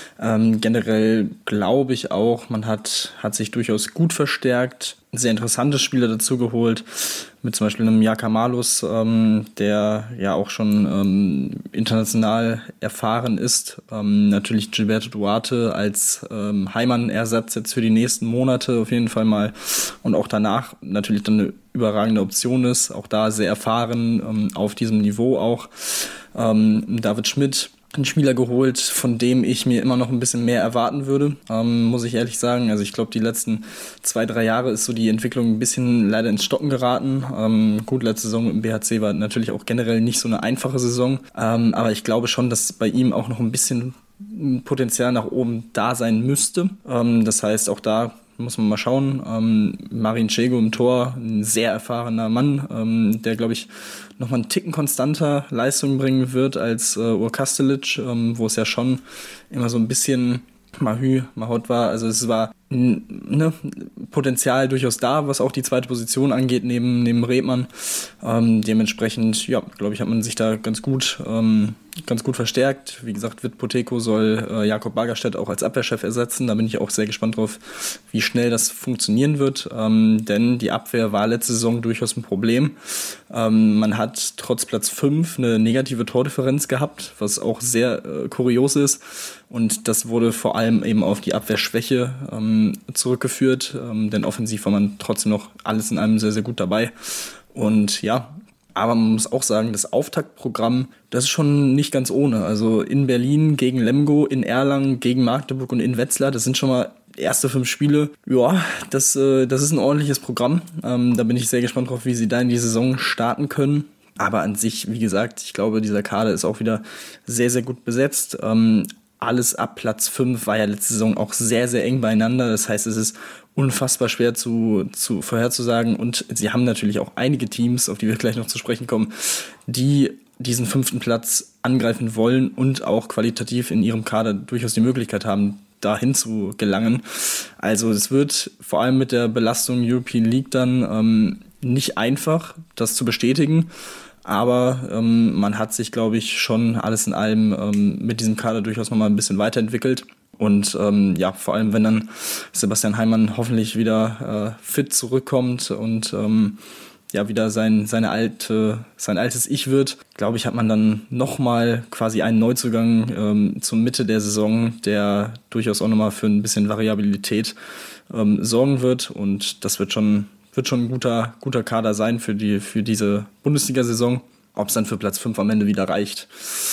Generell glaube ich auch, man hat sich durchaus gut verstärkt, sehr interessante Spieler dazu geholt, mit zum Beispiel einem Jaka Malus, der ja auch schon international erfahren ist. Natürlich Gilberto Duarte als Heimann-Ersatz jetzt für die nächsten Monate auf jeden Fall mal und auch danach natürlich dann eine überragende Option ist, auch da sehr erfahren, auf diesem Niveau auch. David Schmidt, einen Spieler geholt, von dem ich mir immer noch ein bisschen mehr erwarten würde, muss ich ehrlich sagen. Also ich glaube, die letzten 2-3 Jahre ist so die Entwicklung ein bisschen leider ins Stocken geraten. Gut, letzte Saison im BHC war natürlich auch generell nicht so eine einfache Saison, aber ich glaube schon, dass bei ihm auch noch ein bisschen Potenzial nach oben da sein müsste. Das heißt, auch da muss man mal schauen. Marin Cego im Tor, ein sehr erfahrener Mann, der, glaube ich, nochmal einen Ticken konstanter Leistung bringen wird als Ur Kastelic, wo es ja schon immer so ein bisschen Mahut war. Also es war Potenzial durchaus da, was auch die zweite Position angeht, neben Redmann. Dementsprechend, ja, glaube ich, hat man sich da ganz gut verstärkt. Wie gesagt, Witt Poteko soll Jakob Bagerstedt auch als Abwehrchef ersetzen. Da bin ich auch sehr gespannt drauf, wie schnell das funktionieren wird. Denn die Abwehr war letzte Saison durchaus ein Problem. Man hat trotz Platz 5 eine negative Tordifferenz gehabt, was auch sehr kurios ist. Und das wurde vor allem eben auf die Abwehrschwäche zurückgeführt. Denn offensiv war man trotzdem noch alles in allem sehr, sehr gut dabei. Und ja, aber man muss auch sagen, das Auftaktprogramm, das ist schon nicht ganz ohne. Also in Berlin gegen Lemgo, in Erlangen gegen Magdeburg und in Wetzlar, das sind schon mal erste 5 Spiele, ja, das ist ein ordentliches Programm. Da bin ich sehr gespannt drauf, wie sie da in die Saison starten können. Aber an sich, wie gesagt, ich glaube, dieser Kader ist auch wieder sehr, sehr gut besetzt. Alles ab Platz 5 war ja letzte Saison auch sehr, sehr eng beieinander. Das heißt, es ist unfassbar schwer zu vorherzusagen. Und sie haben natürlich auch einige Teams, auf die wir gleich noch zu sprechen kommen, die diesen 5. Platz angreifen wollen und auch qualitativ in ihrem Kader durchaus die Möglichkeit haben, dahin zu gelangen. Also es wird vor allem mit der Belastung European League dann nicht einfach, das zu bestätigen. Aber man hat sich, glaube ich, schon alles in allem mit diesem Kader durchaus nochmal ein bisschen weiterentwickelt. Und vor allem, wenn dann Sebastian Heimann hoffentlich wieder fit zurückkommt und wieder sein altes Ich wird, glaube ich, hat man dann nochmal quasi einen Neuzugang zur Mitte der Saison, der durchaus auch nochmal für ein bisschen Variabilität sorgen wird. Und das wird schon ein guter Kader sein für diese Bundesliga-Saison. Ob es dann für Platz 5 am Ende wieder reicht,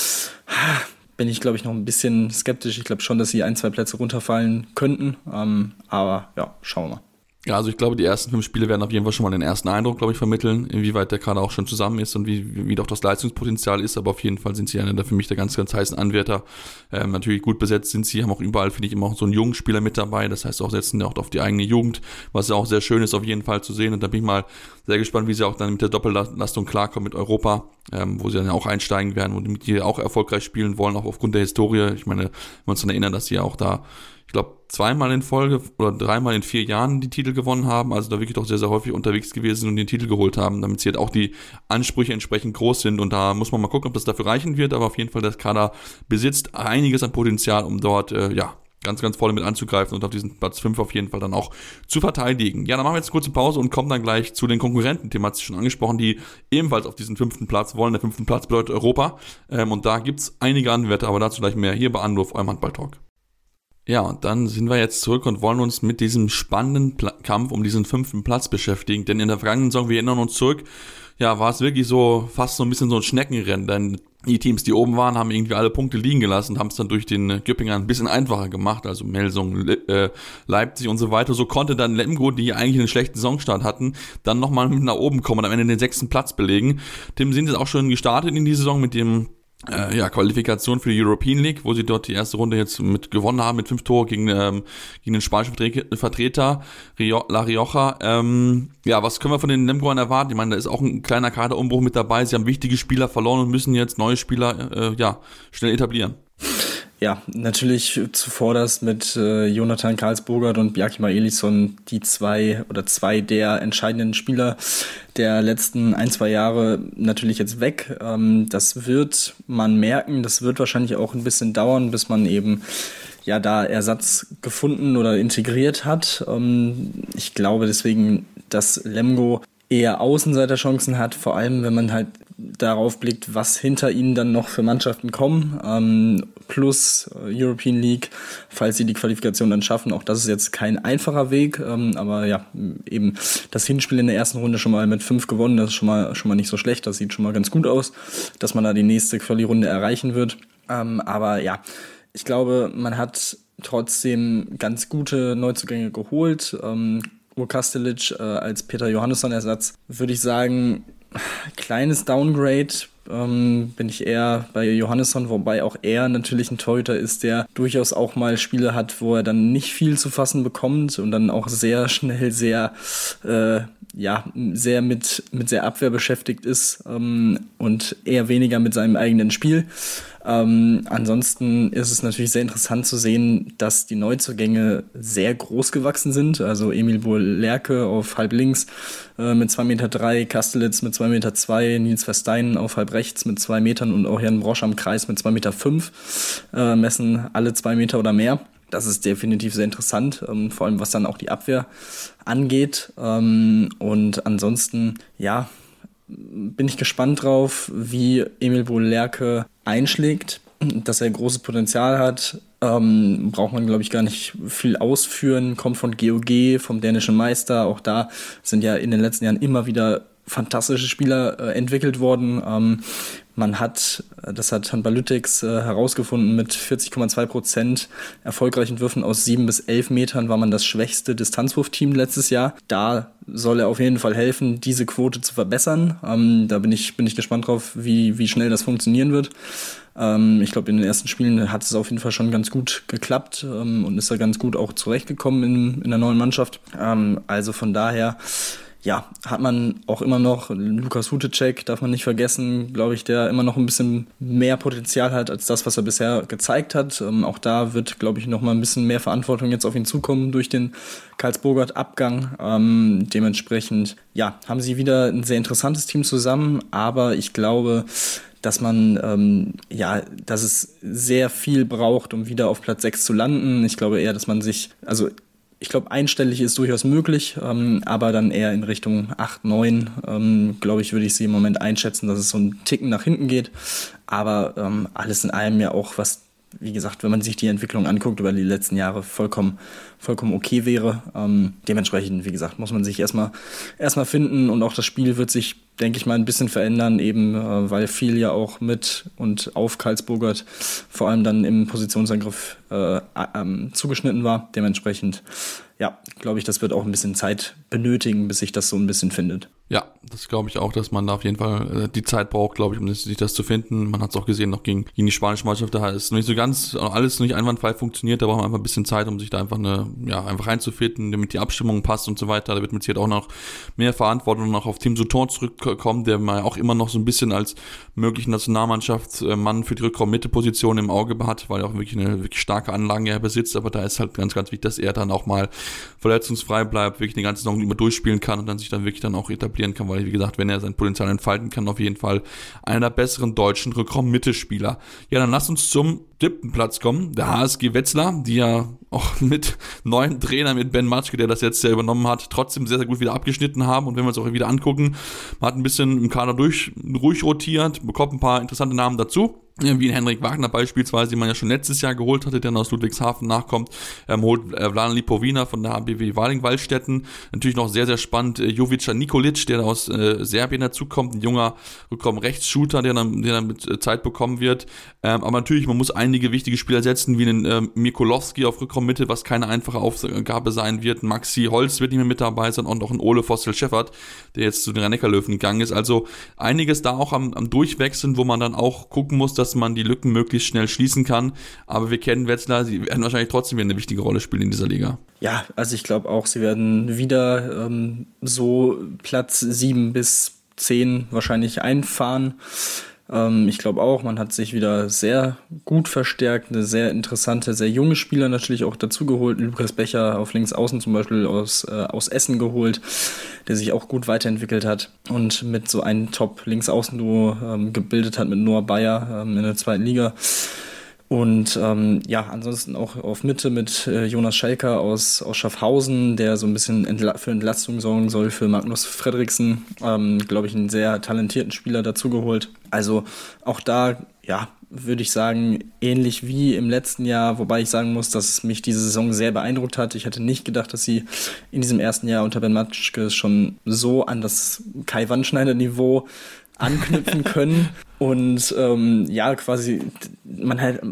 bin ich, glaube ich, noch ein bisschen skeptisch. Ich glaube schon, dass sie 1-2 Plätze runterfallen könnten. Aber ja, schauen wir mal. Ja, also ich glaube, die ersten 5 Spiele werden auf jeden Fall schon mal den ersten Eindruck, glaube ich, vermitteln, inwieweit der Kader auch schon zusammen ist und wie doch das Leistungspotenzial ist. Aber auf jeden Fall sind sie einer der für mich der ganz, ganz heißen Anwärter. Natürlich gut besetzt sind sie, haben auch überall, finde ich, immer auch so einen jungen Spieler mit dabei. Das heißt, auch setzen auch auf die eigene Jugend, was ja auch sehr schön ist, auf jeden Fall zu sehen. Und da bin ich mal sehr gespannt, wie sie auch dann mit der Doppellastung klarkommen mit Europa, wo sie dann ja auch einsteigen werden und die auch erfolgreich spielen wollen, auch aufgrund der Historie. Ich meine, wenn wir uns dann erinnern, dass sie ja auch da, ich glaube, 2-mal in Folge oder 3-mal in 4 Jahren die Titel gewonnen haben, also da wirklich doch sehr, sehr häufig unterwegs gewesen und den Titel geholt haben, damit sie halt auch die Ansprüche entsprechend groß sind und da muss man mal gucken, ob das dafür reichen wird, aber auf jeden Fall, der Kader besitzt einiges an Potenzial, um dort, ganz, ganz vorne mit anzugreifen und auf diesen Platz 5 auf jeden Fall dann auch zu verteidigen. Ja, dann machen wir jetzt eine kurze Pause und kommen dann gleich zu den Konkurrenten, den hat es schon angesprochen, die ebenfalls auf diesen 5. Platz wollen. Der 5. Platz bedeutet Europa und da gibt's einige Anwärter, aber dazu gleich mehr hier bei Anruf, eurem Handball-Talk. Ja, und dann sind wir jetzt zurück und wollen uns mit diesem spannenden Kampf um diesen 5. Platz beschäftigen, denn in der vergangenen Saison, wir erinnern uns zurück, ja, war es wirklich so, fast so ein bisschen so ein Schneckenrennen, denn die Teams, die oben waren, haben irgendwie alle Punkte liegen gelassen, haben es dann durch den Göppinger ein bisschen einfacher gemacht, also Melsung, Leipzig und so weiter. So konnte dann Lemgo, die eigentlich einen schlechten Saisonstart hatten, dann nochmal mit nach oben kommen und am Ende den 6. Platz belegen. Dem sind jetzt auch schon gestartet in die Saison mit dem Qualifikation für die European League, wo sie dort die erste Runde jetzt mit gewonnen haben, mit 5 Tore gegen den spanischen Vertreter La Rioja. Was können wir von den Lemgoern erwarten? Ich meine, da ist auch ein kleiner Kaderumbruch mit dabei. Sie haben wichtige Spieler verloren und müssen jetzt neue Spieler schnell etablieren. Ja, natürlich zuvorderst mit Jonathan Karlsburger und Bjarki Elisson die zwei der entscheidenden Spieler der letzten 1-2 Jahre natürlich jetzt weg. Das wird man merken, das wird wahrscheinlich auch ein bisschen dauern, bis man eben da Ersatz gefunden oder integriert hat. Ich glaube deswegen, dass Lemgo eher Außenseiterchancen hat, vor allem wenn man halt darauf blickt, was hinter ihnen dann noch für Mannschaften kommen, plus European League, falls sie die Qualifikation dann schaffen. Auch das ist jetzt kein einfacher Weg, aber ja, eben das Hinspiel in der ersten Runde schon mal mit 5 gewonnen, das ist schon mal nicht so schlecht, das sieht schon mal ganz gut aus, dass man da die nächste Quali-Runde erreichen wird. Aber ja, ich glaube, man hat trotzdem ganz gute Neuzugänge geholt. Kastelic als Peter Johannesson-Ersatz, würde ich sagen, kleines Downgrade, bin ich eher bei Johannesson, wobei auch er natürlich ein Torhüter ist, der durchaus auch mal Spiele hat, wo er dann nicht viel zu fassen bekommt und dann auch sehr schnell sehr mit der Abwehr beschäftigt ist und eher weniger mit seinem eigenen Spiel. Ansonsten ist es natürlich sehr interessant zu sehen, dass die Neuzugänge sehr groß gewachsen sind. Also Emil Bohl-Lerke auf halb links mit 2,3 Meter, Kastelitz mit 2,2 Meter, Nils Verstein auf halb rechts mit 2 Metern und auch Jan Brosch am Kreis mit 2,5 Meter, messen alle 2 Meter oder mehr. Das ist definitiv sehr interessant, vor allem was dann auch die Abwehr angeht. Und ansonsten, bin ich gespannt drauf, wie Emil Bohl-Lerke einschlägt. Dass er großes Potenzial hat, braucht man, glaube ich, gar nicht viel ausführen. Kommt von GOG, vom dänischen Meister. Auch da sind ja in den letzten Jahren immer wieder fantastische Spieler entwickelt worden. Man hat, das hat Handballytics herausgefunden, mit 40,2% erfolgreichen Würfen aus 7 bis 11 Metern war man das schwächste Distanzwurfteam letztes Jahr. Da soll er auf jeden Fall helfen, diese Quote zu verbessern. Da bin ich gespannt drauf, wie schnell das funktionieren wird. Ich glaube, in den ersten Spielen hat es auf jeden Fall schon ganz gut geklappt und ist da ganz gut auch zurechtgekommen in der neuen Mannschaft. Also von daher, ja, hat man auch immer noch Lukas Hutecek, darf man nicht vergessen, glaube ich, der immer noch ein bisschen mehr Potenzial hat als das, was er bisher gezeigt hat. Auch da wird, glaube ich, noch mal ein bisschen mehr Verantwortung jetzt auf ihn zukommen durch den Karlsburgert-Abgang. Dementsprechend, ja, haben sie wieder ein sehr interessantes Team zusammen, aber ich glaube, dass man, dass es sehr viel braucht, um wieder auf Platz 6 zu landen. Ich glaube eher, dass man ich glaube, einstellig ist durchaus möglich, aber dann eher in Richtung 8, 9, glaube ich, würde ich sie im Moment einschätzen, dass es so einen Ticken nach hinten geht. Aber alles in allem ja auch, was, wie gesagt, wenn man sich die Entwicklung anguckt über die letzten Jahre, vollkommen okay wäre. Dementsprechend, wie gesagt, muss man sich erstmal finden und auch das Spiel wird sich, denke ich mal, ein bisschen verändern, eben weil viel ja auch mit und auf Karlsburgert vor allem dann im Positionsangriff zugeschnitten war. Dementsprechend, ja, glaube ich, das wird auch ein bisschen Zeit benötigen, bis sich das so ein bisschen findet. Ja, das glaube ich auch, dass man da auf jeden Fall die Zeit braucht, glaube ich, um sich das zu finden. Man hat es auch gesehen, noch gegen die spanische Mannschaft, da ist noch nicht so ganz, alles nicht einwandfrei funktioniert, da braucht man einfach ein bisschen Zeit, um sich da einfach einfach reinzufinden, damit die Abstimmung passt und so weiter. Da wird mit Sicherheit auch noch mehr Verantwortung noch auf Team Souton zurückkommen, der man auch immer noch so ein bisschen als möglichen Nationalmannschaftsmann für die Rückraum-Mitte-Position im Auge hat, weil er auch wirklich eine wirklich starke Anlage besitzt, aber da ist halt ganz, ganz wichtig, dass er dann auch mal verletzungsfrei bleibt, wirklich die ganze Saison über durchspielen kann und dann sich dann wirklich dann auch etablieren kann, weil, wie gesagt, wenn er sein Potenzial entfalten kann, auf jeden Fall einer der besseren deutschen Rückraum-Mitte-Spieler. Ja, dann lass uns zum 7. Platz kommen, der HSG Wetzlar, die ja auch mit neuen Trainer, mit Ben Matschke, der das jetzt ja übernommen hat, trotzdem sehr, sehr gut wieder abgeschnitten haben. Und wenn wir uns auch wieder angucken, man hat ein bisschen im Kader ruhig rotiert, bekommt ein paar interessante Namen dazu, wie in Henrik Wagner beispielsweise, den man ja schon letztes Jahr geholt hatte, der aus Ludwigshafen nachkommt, holt Vladan Lipovina von der HBW Waling-Waldstätten. Natürlich noch sehr, sehr spannend, Jovica Nikolic, der aus Serbien dazukommt, ein junger Rückraum-Rechts-Shooter, der dann mit Zeit bekommen wird. Aber natürlich, man muss einige wichtige Spieler setzen, wie den Mikulowski auf Rückraummitte, was keine einfache Aufgabe sein wird. Maxi Holz wird nicht mehr mit dabei sein und auch ein Ole Vostel-Scheffert, der jetzt zu den Rhein-Neckar-Löwen gegangen ist. Also einiges da auch am Durchwechseln, wo man dann auch gucken muss, dass man die Lücken möglichst schnell schließen kann. Aber wir kennen Wetzlar, sie werden wahrscheinlich trotzdem wieder eine wichtige Rolle spielen in dieser Liga. Ja, also ich glaube auch, sie werden wieder so Platz 7 bis 10 wahrscheinlich einfahren. Ich glaube auch, man hat sich wieder sehr gut verstärkt, eine sehr interessante, sehr junge Spieler natürlich auch dazugeholt. Lukas Becher auf links außen zum Beispiel aus Essen geholt, der sich auch gut weiterentwickelt hat und mit so einem Top-Links-Außen-Duo gebildet hat mit Noah Bayer in der 2. Liga. Und ansonsten auch auf Mitte mit Jonas Schelker aus Schaffhausen, der so ein bisschen für Entlastung sorgen soll für Magnus Fredriksen. Glaube ich, einen sehr talentierten Spieler dazugeholt. Also auch da, ja, würde ich sagen, ähnlich wie im letzten Jahr, wobei ich sagen muss, dass mich diese Saison sehr beeindruckt hat. Ich hätte nicht gedacht, dass sie in diesem ersten Jahr unter Ben Matschke schon so an das Kai Wandschneider-Niveau anknüpfen können. Und quasi, man hat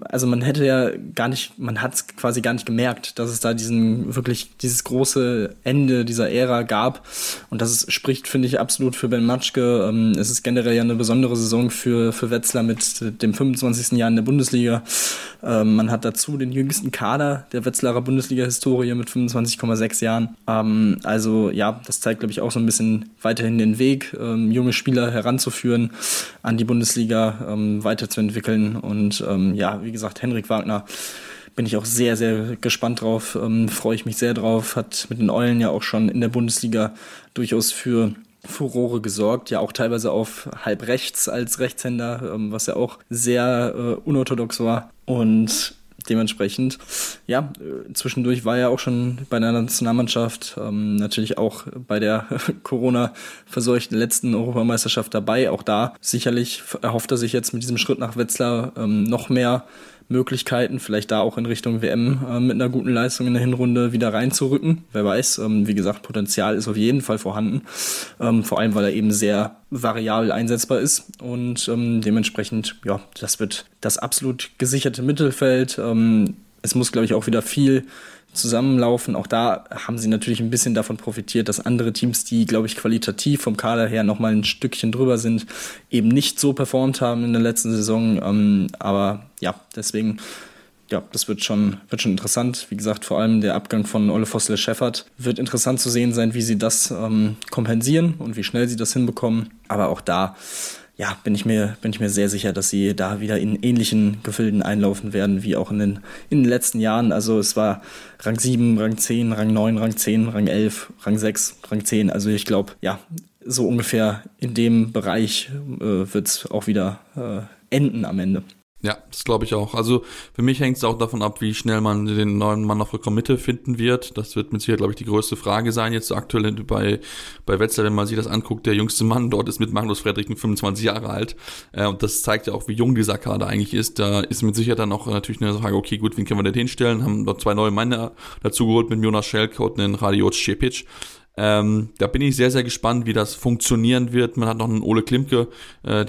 es quasi gar nicht gemerkt, dass es da dieses große Ende dieser Ära gab. Und das spricht, finde ich, absolut für Ben Matschke. Es ist generell ja eine besondere Saison für Wetzlar mit dem 25. Jahr in der Bundesliga. Man hat dazu den jüngsten Kader der Wetzlarer Bundesliga-Historie mit 25,6 Jahren. Das zeigt, glaube ich, auch so ein bisschen weiterhin den Weg, junge Spieler heranzuführen an die Bundesliga weiterzuentwickeln und wie gesagt, Henrik Wagner bin ich auch sehr, sehr gespannt drauf, freue ich mich sehr drauf, hat mit den Eulen ja auch schon in der Bundesliga durchaus für Furore gesorgt, ja auch teilweise auf halb rechts als Rechtshänder, was ja auch sehr unorthodox war und dementsprechend, ja, zwischendurch war er auch schon bei der Nationalmannschaft, natürlich auch bei der Corona-verseuchten letzten Europameisterschaft dabei. Auch da sicherlich erhofft er sich jetzt mit diesem Schritt nach Wetzlar noch mehr Möglichkeiten, vielleicht da auch in Richtung WM mit einer guten Leistung in der Hinrunde wieder reinzurücken. Wer weiß, wie gesagt, Potenzial ist auf jeden Fall vorhanden, vor allem, weil er eben sehr variabel einsetzbar ist und dementsprechend, ja, das wird das absolut gesicherte Mittelfeld. Es muss, glaube ich, auch wieder viel zusammenlaufen. Auch da haben sie natürlich ein bisschen davon profitiert, dass andere Teams, die, glaube ich, qualitativ vom Kader her nochmal ein Stückchen drüber sind, eben nicht so performt haben in der letzten Saison. Aber ja, deswegen, ja, das wird schon interessant. Wie gesagt, vor allem der Abgang von Ole Vossle-Schäffert wird interessant zu sehen sein, wie sie das kompensieren und wie schnell sie das hinbekommen. Aber auch da, ja, bin ich mir sehr sicher, dass sie da wieder in ähnlichen Gefilden einlaufen werden, wie auch in den letzten Jahren. Also es war Rang 7, Rang 10, Rang 9, Rang 10, Rang 11, Rang 6, Rang 10. Also ich glaube, ja, so ungefähr in dem Bereich wird es auch wieder enden am Ende. Ja, das glaube ich auch. Also für mich hängt es auch davon ab, wie schnell man den neuen Mann auf der Mitte finden wird. Das wird mit Sicherheit, glaube ich, die größte Frage sein jetzt aktuell bei Wetzlar, wenn man sich das anguckt. Der jüngste Mann dort ist mit Magnus Fredriksen 25 Jahre alt. Und das zeigt ja auch, wie jung dieser Kader eigentlich ist. Da ist mit Sicherheit dann auch natürlich eine Frage, okay, gut, wen können wir denn hinstellen? Haben dort 2 neue Männer dazu geholt mit Jonas Schelke und den Radioc Šepić. Da bin ich sehr, sehr gespannt, wie das funktionieren wird. Man hat noch einen Ole Klimke, der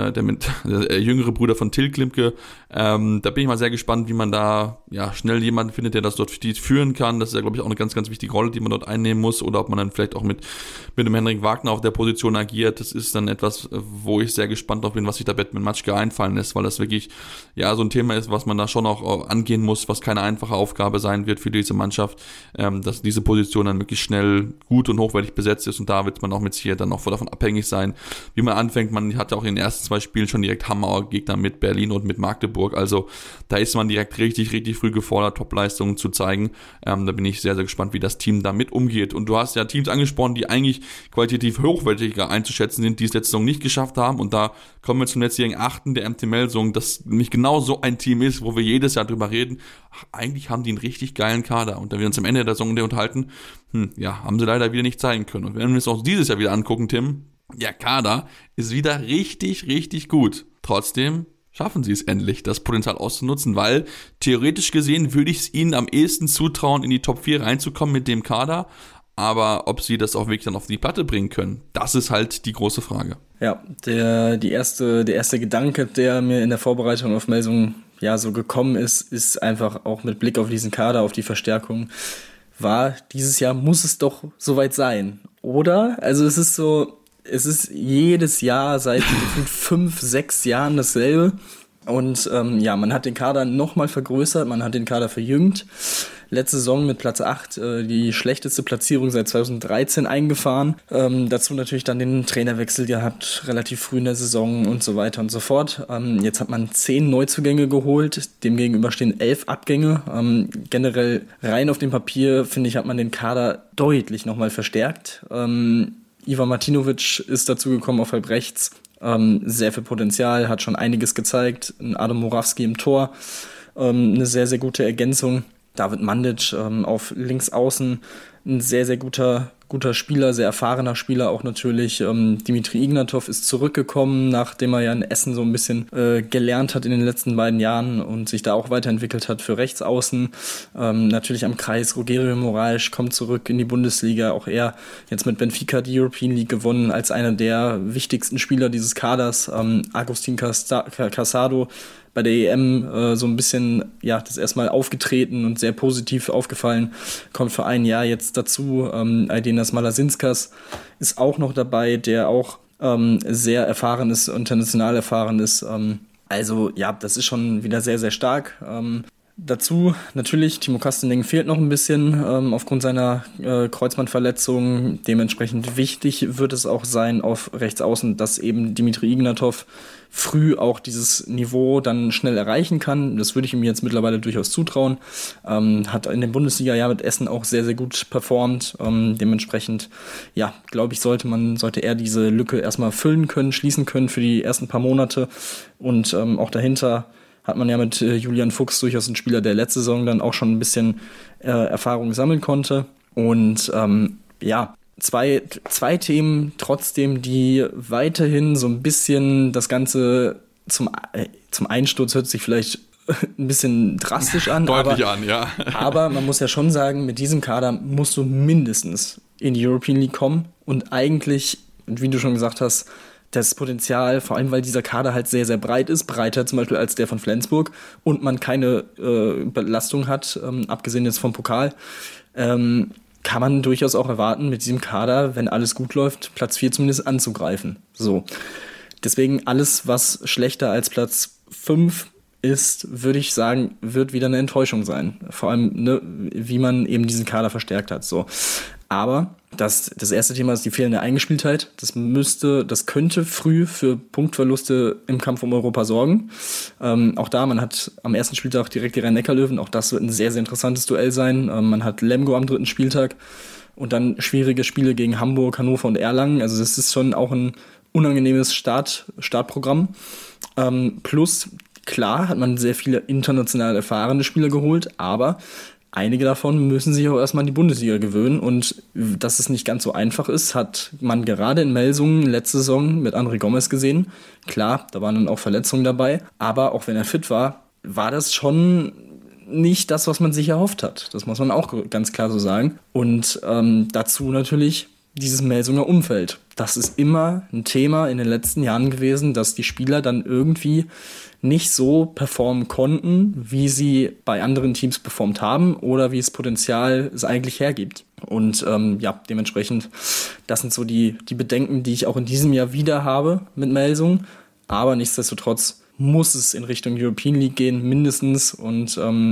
jüngere Bruder von Till Klimke. Da bin ich mal sehr gespannt, wie man da ja schnell jemanden findet, der das dort führen kann. Das ist ja, glaube ich, auch eine ganz, ganz wichtige Rolle, die man dort einnehmen muss. Oder ob man dann vielleicht auch mit dem Henrik Wagner auf der Position agiert. Das ist dann etwas, wo ich sehr gespannt drauf bin, was sich da Batman Matschke einfallen lässt, weil das wirklich ja so ein Thema ist, was man da schon auch angehen muss, was keine einfache Aufgabe sein wird für diese Mannschaft, dass diese Position dann wirklich schnell gut und hochwertig besetzt ist und da wird man auch mit Sicherheit dann auch davon abhängig sein, wie man anfängt. Man hat ja auch in den ersten 2 Spielen schon direkt Hammergegner mit Berlin und mit Magdeburg, also da ist man direkt richtig, richtig früh gefordert, Topleistungen zu zeigen. Da bin ich sehr, sehr gespannt, wie das Team damit umgeht. Und du hast ja Teams angesprochen, die eigentlich qualitativ hochwertiger einzuschätzen sind, die es letzte Saison nicht geschafft haben und da kommen wir zum letztjährigen 8. der MT Melsung, das nämlich genau so ein Team ist, wo wir jedes Jahr drüber reden, eigentlich haben die einen richtig geilen Kader und da wir uns am Ende der Saison unterhalten, ja, haben sie leider wieder nicht zeigen können. Und wenn wir uns auch dieses Jahr wieder angucken, Tim, der Kader ist wieder richtig, richtig gut. Trotzdem schaffen sie es endlich, das Potenzial auszunutzen, weil theoretisch gesehen würde ich es ihnen am ehesten zutrauen, in die Top 4 reinzukommen mit dem Kader, aber ob sie das auch wirklich dann auf die Platte bringen können, das ist halt die große Frage. Ja, der erste Gedanke, der mir in der Vorbereitung auf Melsung ja so gekommen ist einfach auch mit Blick auf diesen Kader, auf die Verstärkung, war, dieses Jahr muss es doch soweit sein, oder? Also es ist jedes Jahr seit 5, 6 Jahren dasselbe und man hat den Kader nochmal vergrößert, man hat den Kader verjüngt. Letzte Saison mit Platz 8 die schlechteste Platzierung seit 2013 eingefahren. Dazu natürlich dann den Trainerwechsel gehabt, relativ früh in der Saison und so weiter und so fort. Jetzt hat man 10 Neuzugänge geholt, demgegenüber stehen 11 Abgänge. Generell rein auf dem Papier, finde ich, hat man den Kader deutlich nochmal verstärkt. Ivan Martinovic ist dazu gekommen auf halb rechts. Sehr viel Potenzial, hat schon einiges gezeigt. Adam Morawski im Tor, eine sehr, sehr gute Ergänzung. David Mandic auf links außen, ein sehr, sehr guter Spieler, sehr erfahrener Spieler auch natürlich. Dimitri Ignatov ist zurückgekommen, nachdem er ja in Essen so ein bisschen gelernt hat in den letzten beiden Jahren und sich da auch weiterentwickelt hat für Rechtsaußen. Natürlich am Kreis Rogerio Moraes kommt zurück in die Bundesliga. Auch er jetzt mit Benfica die European League gewonnen als einer der wichtigsten Spieler dieses Kaders. Agustin Casado bei der EM so ein bisschen das erstmal aufgetreten und sehr positiv aufgefallen, kommt für ein Jahr jetzt dazu. Aidenas Malasinskas ist auch noch dabei, der auch sehr erfahren ist, international erfahren ist. Das ist schon wieder sehr, sehr stark. Dazu natürlich, Timo Kastening fehlt noch ein bisschen aufgrund seiner Kreuzbandverletzung. Dementsprechend wichtig wird es auch sein auf Rechtsaußen, dass eben Dimitri Ignatov früh auch dieses Niveau dann schnell erreichen kann. Das würde ich ihm jetzt mittlerweile durchaus zutrauen. Hat in der Bundesliga mit Essen auch sehr, sehr gut performt. Dementsprechend, glaube ich, sollte er diese Lücke erstmal füllen können, schließen können für die ersten paar Monate. Und auch dahinter hat man ja mit Julian Fuchs durchaus einen Spieler, der letzte Saison dann auch schon ein bisschen Erfahrung sammeln konnte. Und zwei Themen trotzdem, die weiterhin so ein bisschen das Ganze zum Einsturz hört sich vielleicht ein bisschen drastisch an. Deutlich an, ja. Aber man muss ja schon sagen, mit diesem Kader musst du mindestens in die European League kommen und eigentlich, wie du schon gesagt hast, das Potenzial, vor allem weil dieser Kader halt sehr, sehr breit ist, breiter zum Beispiel als der von Flensburg und man keine Belastung hat, abgesehen jetzt vom Pokal, kann man durchaus auch erwarten, mit diesem Kader, wenn alles gut läuft, Platz 4 zumindest anzugreifen. So. Deswegen alles, was schlechter als Platz 5 ist, würde ich sagen, wird wieder eine Enttäuschung sein. Vor allem, ne, wie man eben diesen Kader verstärkt hat. So. Aber das erste Thema ist die fehlende Eingespieltheit. Das könnte früh für Punktverluste im Kampf um Europa sorgen. Auch da, man hat am ersten Spieltag direkt die Rhein-Neckar-Löwen. Auch das wird ein sehr, sehr interessantes Duell sein. Man hat Lemgo am dritten Spieltag und dann schwierige Spiele gegen Hamburg, Hannover und Erlangen. Also das ist schon auch ein unangenehmes Startprogramm. Plus, klar hat man sehr viele international erfahrene Spieler geholt, aber einige davon müssen sich auch erstmal an die Bundesliga gewöhnen und dass es nicht ganz so einfach ist, hat man gerade in Melsungen letzte Saison mit André Gomez gesehen. Klar, da waren dann auch Verletzungen dabei, aber auch wenn er fit war, war das schon nicht das, was man sich erhofft hat. Das muss man auch ganz klar so sagen. Und dazu natürlich dieses Melsunger Umfeld. Das ist immer ein Thema in den letzten Jahren gewesen, dass die Spieler dann irgendwie nicht so performen konnten, wie sie bei anderen Teams performt haben oder wie es Potenzial es eigentlich hergibt. Und dementsprechend, das sind so die Bedenken, die ich auch in diesem Jahr wieder habe mit Melsungen. Aber nichtsdestotrotz muss es in Richtung European League gehen, mindestens. Und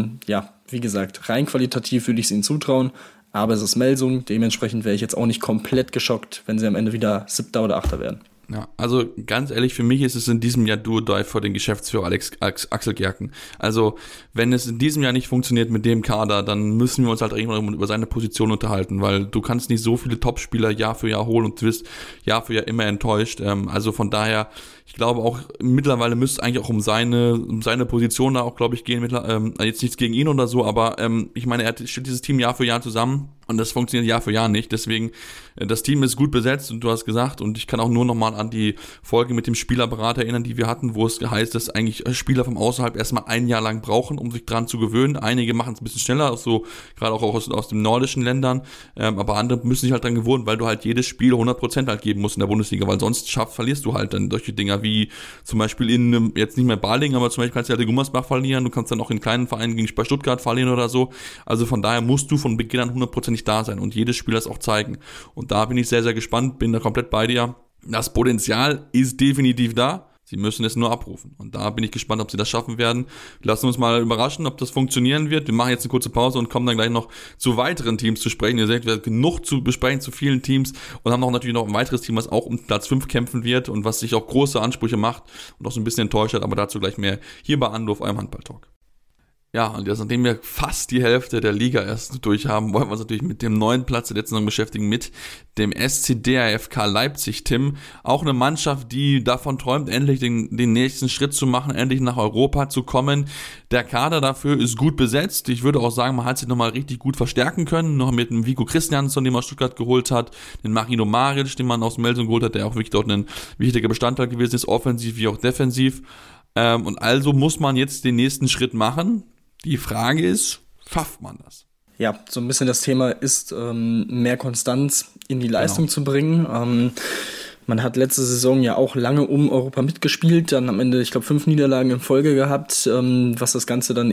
wie gesagt, rein qualitativ würde ich es ihnen zutrauen. Aber es ist Melsung, dementsprechend wäre ich jetzt auch nicht komplett geschockt, wenn sie am Ende wieder 7. oder 8. werden. Ja, also ganz ehrlich, für mich ist es in diesem Jahr Do-or-Die für den Geschäftsführer Axel Gerken. Also wenn es in diesem Jahr nicht funktioniert mit dem Kader, dann müssen wir uns halt irgendwann über seine Position unterhalten, weil du kannst nicht so viele Topspieler Jahr für Jahr holen und du wirst Jahr für Jahr immer enttäuscht. Also von daher, ich glaube auch, mittlerweile müsste es eigentlich auch um seine Position da auch, glaube ich, gehen. Jetzt nichts gegen ihn oder so, aber ich meine, er stellt dieses Team Jahr für Jahr zusammen und das funktioniert Jahr für Jahr nicht. Deswegen, das Team ist gut besetzt und du hast gesagt, und ich kann auch nur nochmal an die Folge mit dem Spielerberater erinnern, die wir hatten, wo es heißt, dass eigentlich Spieler vom Außerhalb erstmal ein Jahr lang brauchen, um sich dran zu gewöhnen. Einige machen es ein bisschen schneller, so gerade auch aus den nordischen Ländern, aber andere müssen sich halt dran gewöhnen, weil du halt jedes Spiel 100% halt geben musst in der Bundesliga, weil sonst verlierst du halt dann solche Dinger wie zum Beispiel jetzt nicht mehr Balingen, aber zum Beispiel kannst du halt Gummersbach verlieren, du kannst dann auch in kleinen Vereinen bei Stuttgart verlieren oder so. Also von daher musst du von Beginn an 100% da sein und jedes Spiel das auch zeigen. Und da bin ich sehr, sehr gespannt, bin da komplett bei dir. Das Potenzial ist definitiv da. Sie müssen es nur abrufen. Und da bin ich gespannt, ob sie das schaffen werden. Lassen uns mal überraschen, ob das funktionieren wird. Wir machen jetzt eine kurze Pause und kommen dann gleich noch zu weiteren Teams zu sprechen. Ihr seht, wir haben genug zu besprechen zu vielen Teams und haben auch natürlich noch ein weiteres Team, was auch um Platz 5 kämpfen wird und was sich auch große Ansprüche macht und auch so ein bisschen enttäuscht hat. Aber dazu gleich mehr hier bei Anruf, eurem Handball-Talk. Ja, und jetzt, nachdem wir fast die Hälfte der Liga erst durch haben, wollen wir uns natürlich mit dem 9. Platz der letzten Saison beschäftigen, mit dem SC DAFK Leipzig, Tim. Auch eine Mannschaft, die davon träumt, endlich den nächsten Schritt zu machen, endlich nach Europa zu kommen. Der Kader dafür ist gut besetzt. Ich würde auch sagen, man hat sich nochmal richtig gut verstärken können. Noch mit dem Vico Christiansson, den man aus Stuttgart geholt hat, den Marino Maric, den man aus Melsung geholt hat, der auch wirklich dort ein wichtiger Bestandteil gewesen ist, offensiv wie auch defensiv. Und also muss man jetzt den nächsten Schritt machen. Die Frage ist, schafft man das? Ja, so ein bisschen das Thema ist, mehr Konstanz in die Leistung zu bringen. Man hat letzte Saison ja auch lange um Europa mitgespielt, dann am Ende, ich glaube, 5 Niederlagen in Folge gehabt, was das Ganze dann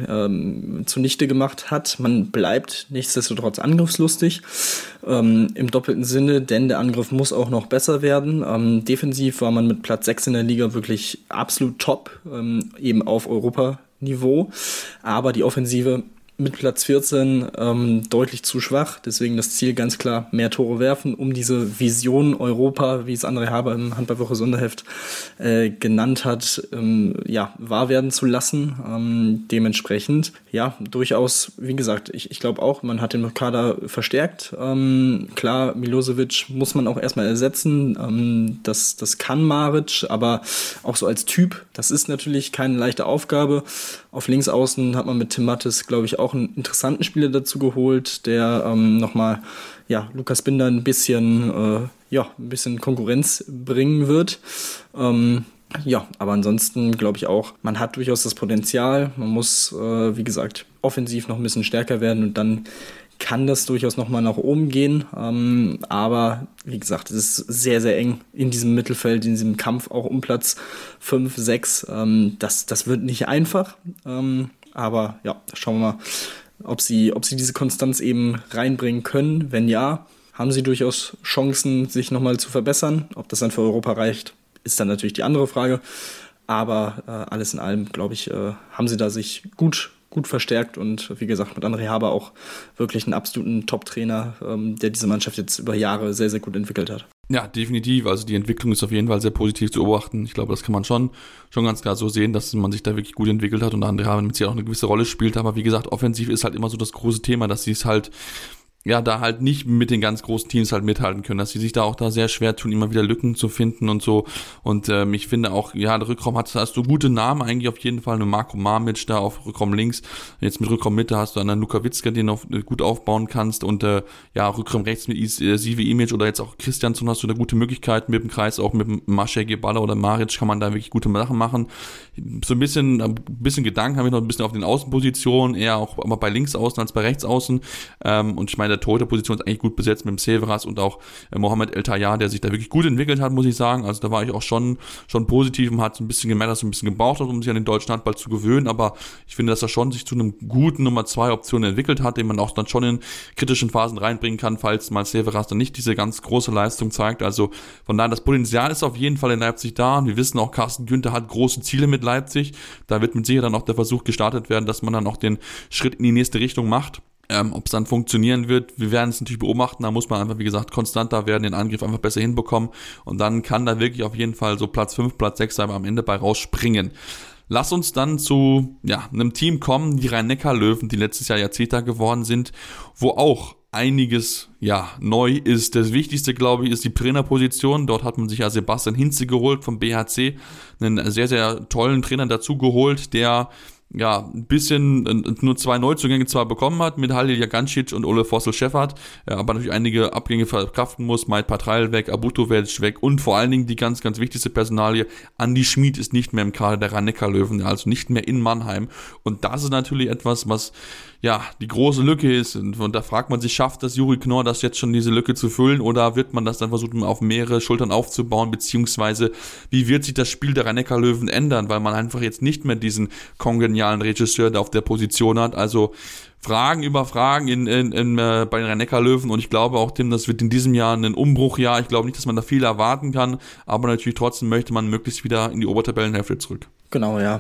eben zunichte gemacht hat. Man bleibt nichtsdestotrotz angriffslustig, im doppelten Sinne, denn der Angriff muss auch noch besser werden. Defensiv war man mit Platz 6 in der Liga wirklich absolut top, eben auf Europa-Niveau, aber die Offensive mit Platz 14 deutlich zu schwach. Deswegen das Ziel ganz klar, mehr Tore werfen, um diese Vision Europa, wie es André Haber im Handballwoche Sonderheft genannt hat, wahr werden zu lassen. Dementsprechend, ja, durchaus, wie gesagt, ich glaube auch, man hat den Kader verstärkt. Klar, Milosevic muss man auch erstmal ersetzen. Das kann Maric, aber auch so als Typ, das ist natürlich keine leichte Aufgabe. Auf Linksaußen hat man mit Tim Mattes, glaube ich, auch einen interessanten Spieler dazu geholt, der nochmal Lukas Binder ein bisschen Konkurrenz bringen wird. Ja, aber ansonsten glaube ich auch, man hat durchaus das Potenzial. Man muss, wie gesagt, offensiv noch ein bisschen stärker werden und dann kann das durchaus nochmal nach oben gehen. Aber wie gesagt, es ist sehr, sehr eng in diesem Mittelfeld, in diesem Kampf auch um Platz 5, 6. Das wird nicht einfach. Aber ja, schauen wir mal, ob sie diese Konstanz eben reinbringen können. Wenn ja, haben sie durchaus Chancen, sich nochmal zu verbessern. Ob das dann für Europa reicht, ist dann natürlich die andere Frage. Aber alles in allem, glaube ich, haben sie da sich gut verstärkt und wie gesagt mit André Haber auch wirklich einen absoluten Top-Trainer, der diese Mannschaft jetzt über Jahre sehr, sehr gut entwickelt hat. Ja, definitiv. Also die Entwicklung ist auf jeden Fall sehr positiv zu beobachten. Ich glaube, das kann man schon ganz klar so sehen, dass man sich da wirklich gut entwickelt hat und André Haber mit sich auch eine gewisse Rolle spielt. Aber wie gesagt, offensiv ist halt immer so das große Thema, dass sie es halt da halt nicht mit den ganz großen Teams halt mithalten können, dass sie sich da auch sehr schwer tun, immer wieder Lücken zu finden und so. Und ich finde auch, der Rückraum hast du gute Namen eigentlich auf jeden Fall, eine Marco Mamic da auf Rückraum links, jetzt mit Rückraum Mitte hast du einen Luka Witzka, den du gut aufbauen kannst und Rückraum rechts mit Sive Imic oder jetzt auch Christiansson hast du da gute Möglichkeiten mit dem Kreis, auch mit Maciej Geballa oder Maric kann man da wirklich gute Sachen machen. So ein bisschen Gedanken habe ich noch ein bisschen auf den Außenpositionen, eher auch aber bei links außen als bei rechts außen und ich meine, der Torhüterposition ist eigentlich gut besetzt mit dem Severas und auch Mohamed El Tayyar, der sich da wirklich gut entwickelt hat, muss ich sagen. Also da war ich auch schon positiv und hat so ein bisschen gemerkt, dass er ein bisschen gebraucht hat, um sich an den deutschen Handball zu gewöhnen, aber ich finde, dass er schon sich zu einem guten Nummer 2 Option entwickelt hat, den man auch dann schon in kritischen Phasen reinbringen kann, falls mal Severas dann nicht diese ganz große Leistung zeigt. Also von daher, das Potenzial ist auf jeden Fall in Leipzig da. Wir wissen auch, Carsten Günther hat große Ziele mit Leipzig. Da wird mit Sicherheit dann auch der Versuch gestartet werden, dass man dann auch den Schritt in die nächste Richtung macht. Ob es dann funktionieren wird, wir werden es natürlich beobachten, da muss man einfach, wie gesagt, konstanter werden, den Angriff einfach besser hinbekommen und dann kann da wirklich auf jeden Fall so Platz 5, Platz 6 am Ende bei rausspringen. Lass uns dann zu einem Team kommen, die Rhein-Neckar-Löwen, die letztes Jahr Zehnter geworden sind, wo auch einiges neu ist. Das Wichtigste, glaube ich, ist die Trainerposition. Dort hat man sich Sebastian Hinze geholt vom BHC, einen sehr, sehr tollen Trainer dazu geholt, der ein bisschen nur 2 Neuzugänge zwar bekommen hat mit Halil Jagancic und Ole Vossel-Schäffert, aber natürlich einige Abgänge verkraften muss. Mait Patreil weg, Abutovic weg und vor allen Dingen die ganz, ganz wichtigste Personalie, Andi Schmid ist nicht mehr im Kader der Rhein-Neckar-Löwen, also nicht mehr in Mannheim. Und das ist natürlich etwas, was die große Lücke ist. Und da fragt man sich, schafft das Juri Knorr, das jetzt schon diese Lücke zu füllen oder wird man das dann versuchen, auf mehrere Schultern aufzubauen, beziehungsweise wie wird sich das Spiel der Rhein-Neckar-Löwen ändern, weil man einfach jetzt nicht mehr diesen kongenialen Regisseur da auf der Position hat. Also Fragen über Fragen bei den Rhein-Neckar-Löwen und ich glaube auch, Tim, das wird in diesem Jahr ein Umbruchjahr. Ich glaube nicht, dass man da viel erwarten kann, aber natürlich trotzdem möchte man möglichst wieder in die Obertabellenhälfte zurück. Genau, ja.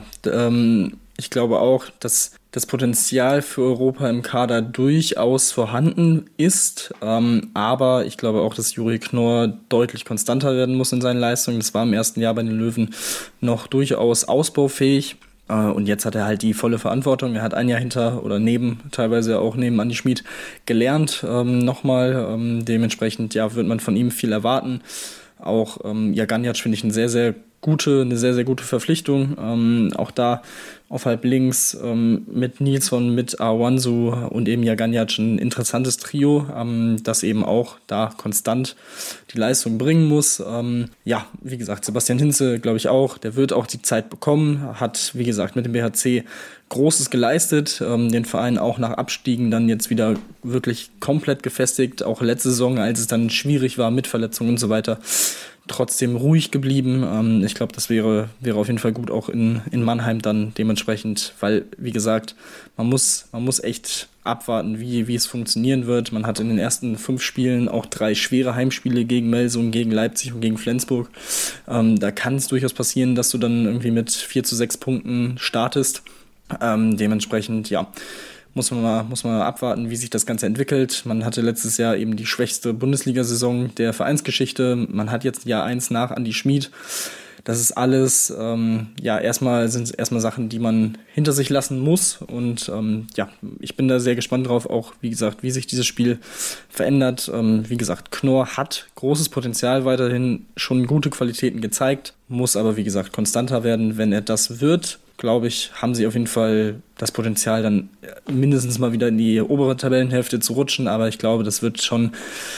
Ich glaube auch, dass das Potenzial für Europa im Kader durchaus vorhanden ist, aber ich glaube auch, dass Juri Knorr deutlich konstanter werden muss in seinen Leistungen. Das war im ersten Jahr bei den Löwen noch durchaus ausbaufähig. Und jetzt hat er halt die volle Verantwortung. Er hat ein Jahr teilweise auch neben Andi Schmid gelernt nochmal. Dementsprechend wird man von ihm viel erwarten. Auch Jaganjac finde ich eine sehr, sehr gute Verpflichtung. Auch da auf halb links mit Nilsson, mit Awansu und eben Jaganjac ein interessantes Trio, das eben auch da konstant die Leistung bringen muss. Wie gesagt, Sebastian Hinze, glaube ich auch, der wird auch die Zeit bekommen, hat, wie gesagt, mit dem BHC Großes geleistet, den Verein auch nach Abstiegen dann jetzt wieder wirklich komplett gefestigt, auch letzte Saison, als es dann schwierig war mit Verletzungen und so weiter, trotzdem ruhig geblieben. Ich glaube, das wäre auf jeden Fall gut, auch in Mannheim dann dementsprechend, weil, wie gesagt, man muss echt abwarten, wie es funktionieren wird. Man hat in den ersten 5 Spielen auch 3 schwere Heimspiele gegen Melsungen, gegen Leipzig und gegen Flensburg. Da kann es durchaus passieren, dass du dann irgendwie mit 4-6 Punkten startest. Dementsprechend, muss man mal abwarten, wie sich das Ganze entwickelt. Man hatte letztes Jahr eben die schwächste Bundesliga-Saison der Vereinsgeschichte. Man hat jetzt Jahr 1 nach Andi Schmid. Das ist alles, sind erstmal Sachen, die man hinter sich lassen muss. Und ich bin da sehr gespannt drauf, auch wie gesagt, wie sich dieses Spiel verändert. Wie gesagt, Knorr hat großes Potenzial weiterhin, schon gute Qualitäten gezeigt, muss aber, wie gesagt, konstanter werden. Wenn er das wird, glaube ich, haben sie auf jeden Fall das Potenzial, dann mindestens mal wieder in die obere Tabellenhälfte zu rutschen. Aber ich glaube, das wird schon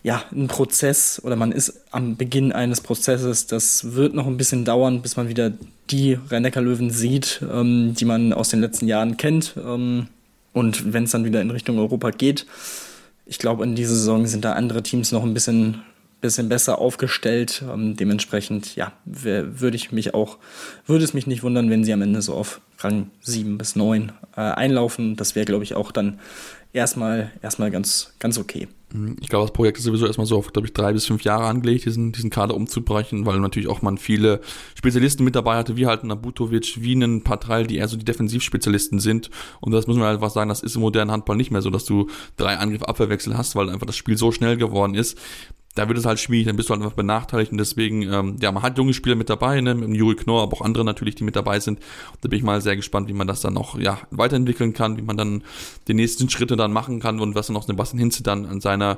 ein Prozess oder man ist am Beginn eines Prozesses. Das wird noch ein bisschen dauern, bis man wieder die Rhein-Neckar-Löwen sieht, die man aus den letzten Jahren kennt. Und wenn es dann wieder in Richtung Europa geht, ich glaube, in dieser Saison sind da andere Teams noch ein bisschen besser aufgestellt. Dementsprechend, würde es mich nicht wundern, wenn sie am Ende so auf Rang 7 bis 9 einlaufen. Das wäre, glaube ich, auch dann erstmal ganz okay. Ich glaube, das Projekt ist sowieso erstmal so auf, glaube ich, 3 bis 5 Jahre angelegt, diesen Kader umzubrechen, weil natürlich auch man viele Spezialisten mit dabei hatte, wie halt ein Nabutovic, wie ein Patrall, die eher so die Defensivspezialisten sind. Und das muss man einfach sagen, das ist im modernen Handball nicht mehr so, dass du 3 Angriff-Abwehrwechsel hast, weil einfach das Spiel so schnell geworden ist. Da wird es halt schwierig, dann bist du halt einfach benachteiligt und deswegen, man hat junge Spieler mit dabei, ne, mit dem Juri Knorr, aber auch andere natürlich, die mit dabei sind. Da bin ich mal sehr gespannt, wie man das dann noch, weiterentwickeln kann, wie man dann die nächsten Schritte dann machen kann und was dann auch Sebastian Hinze dann an seiner,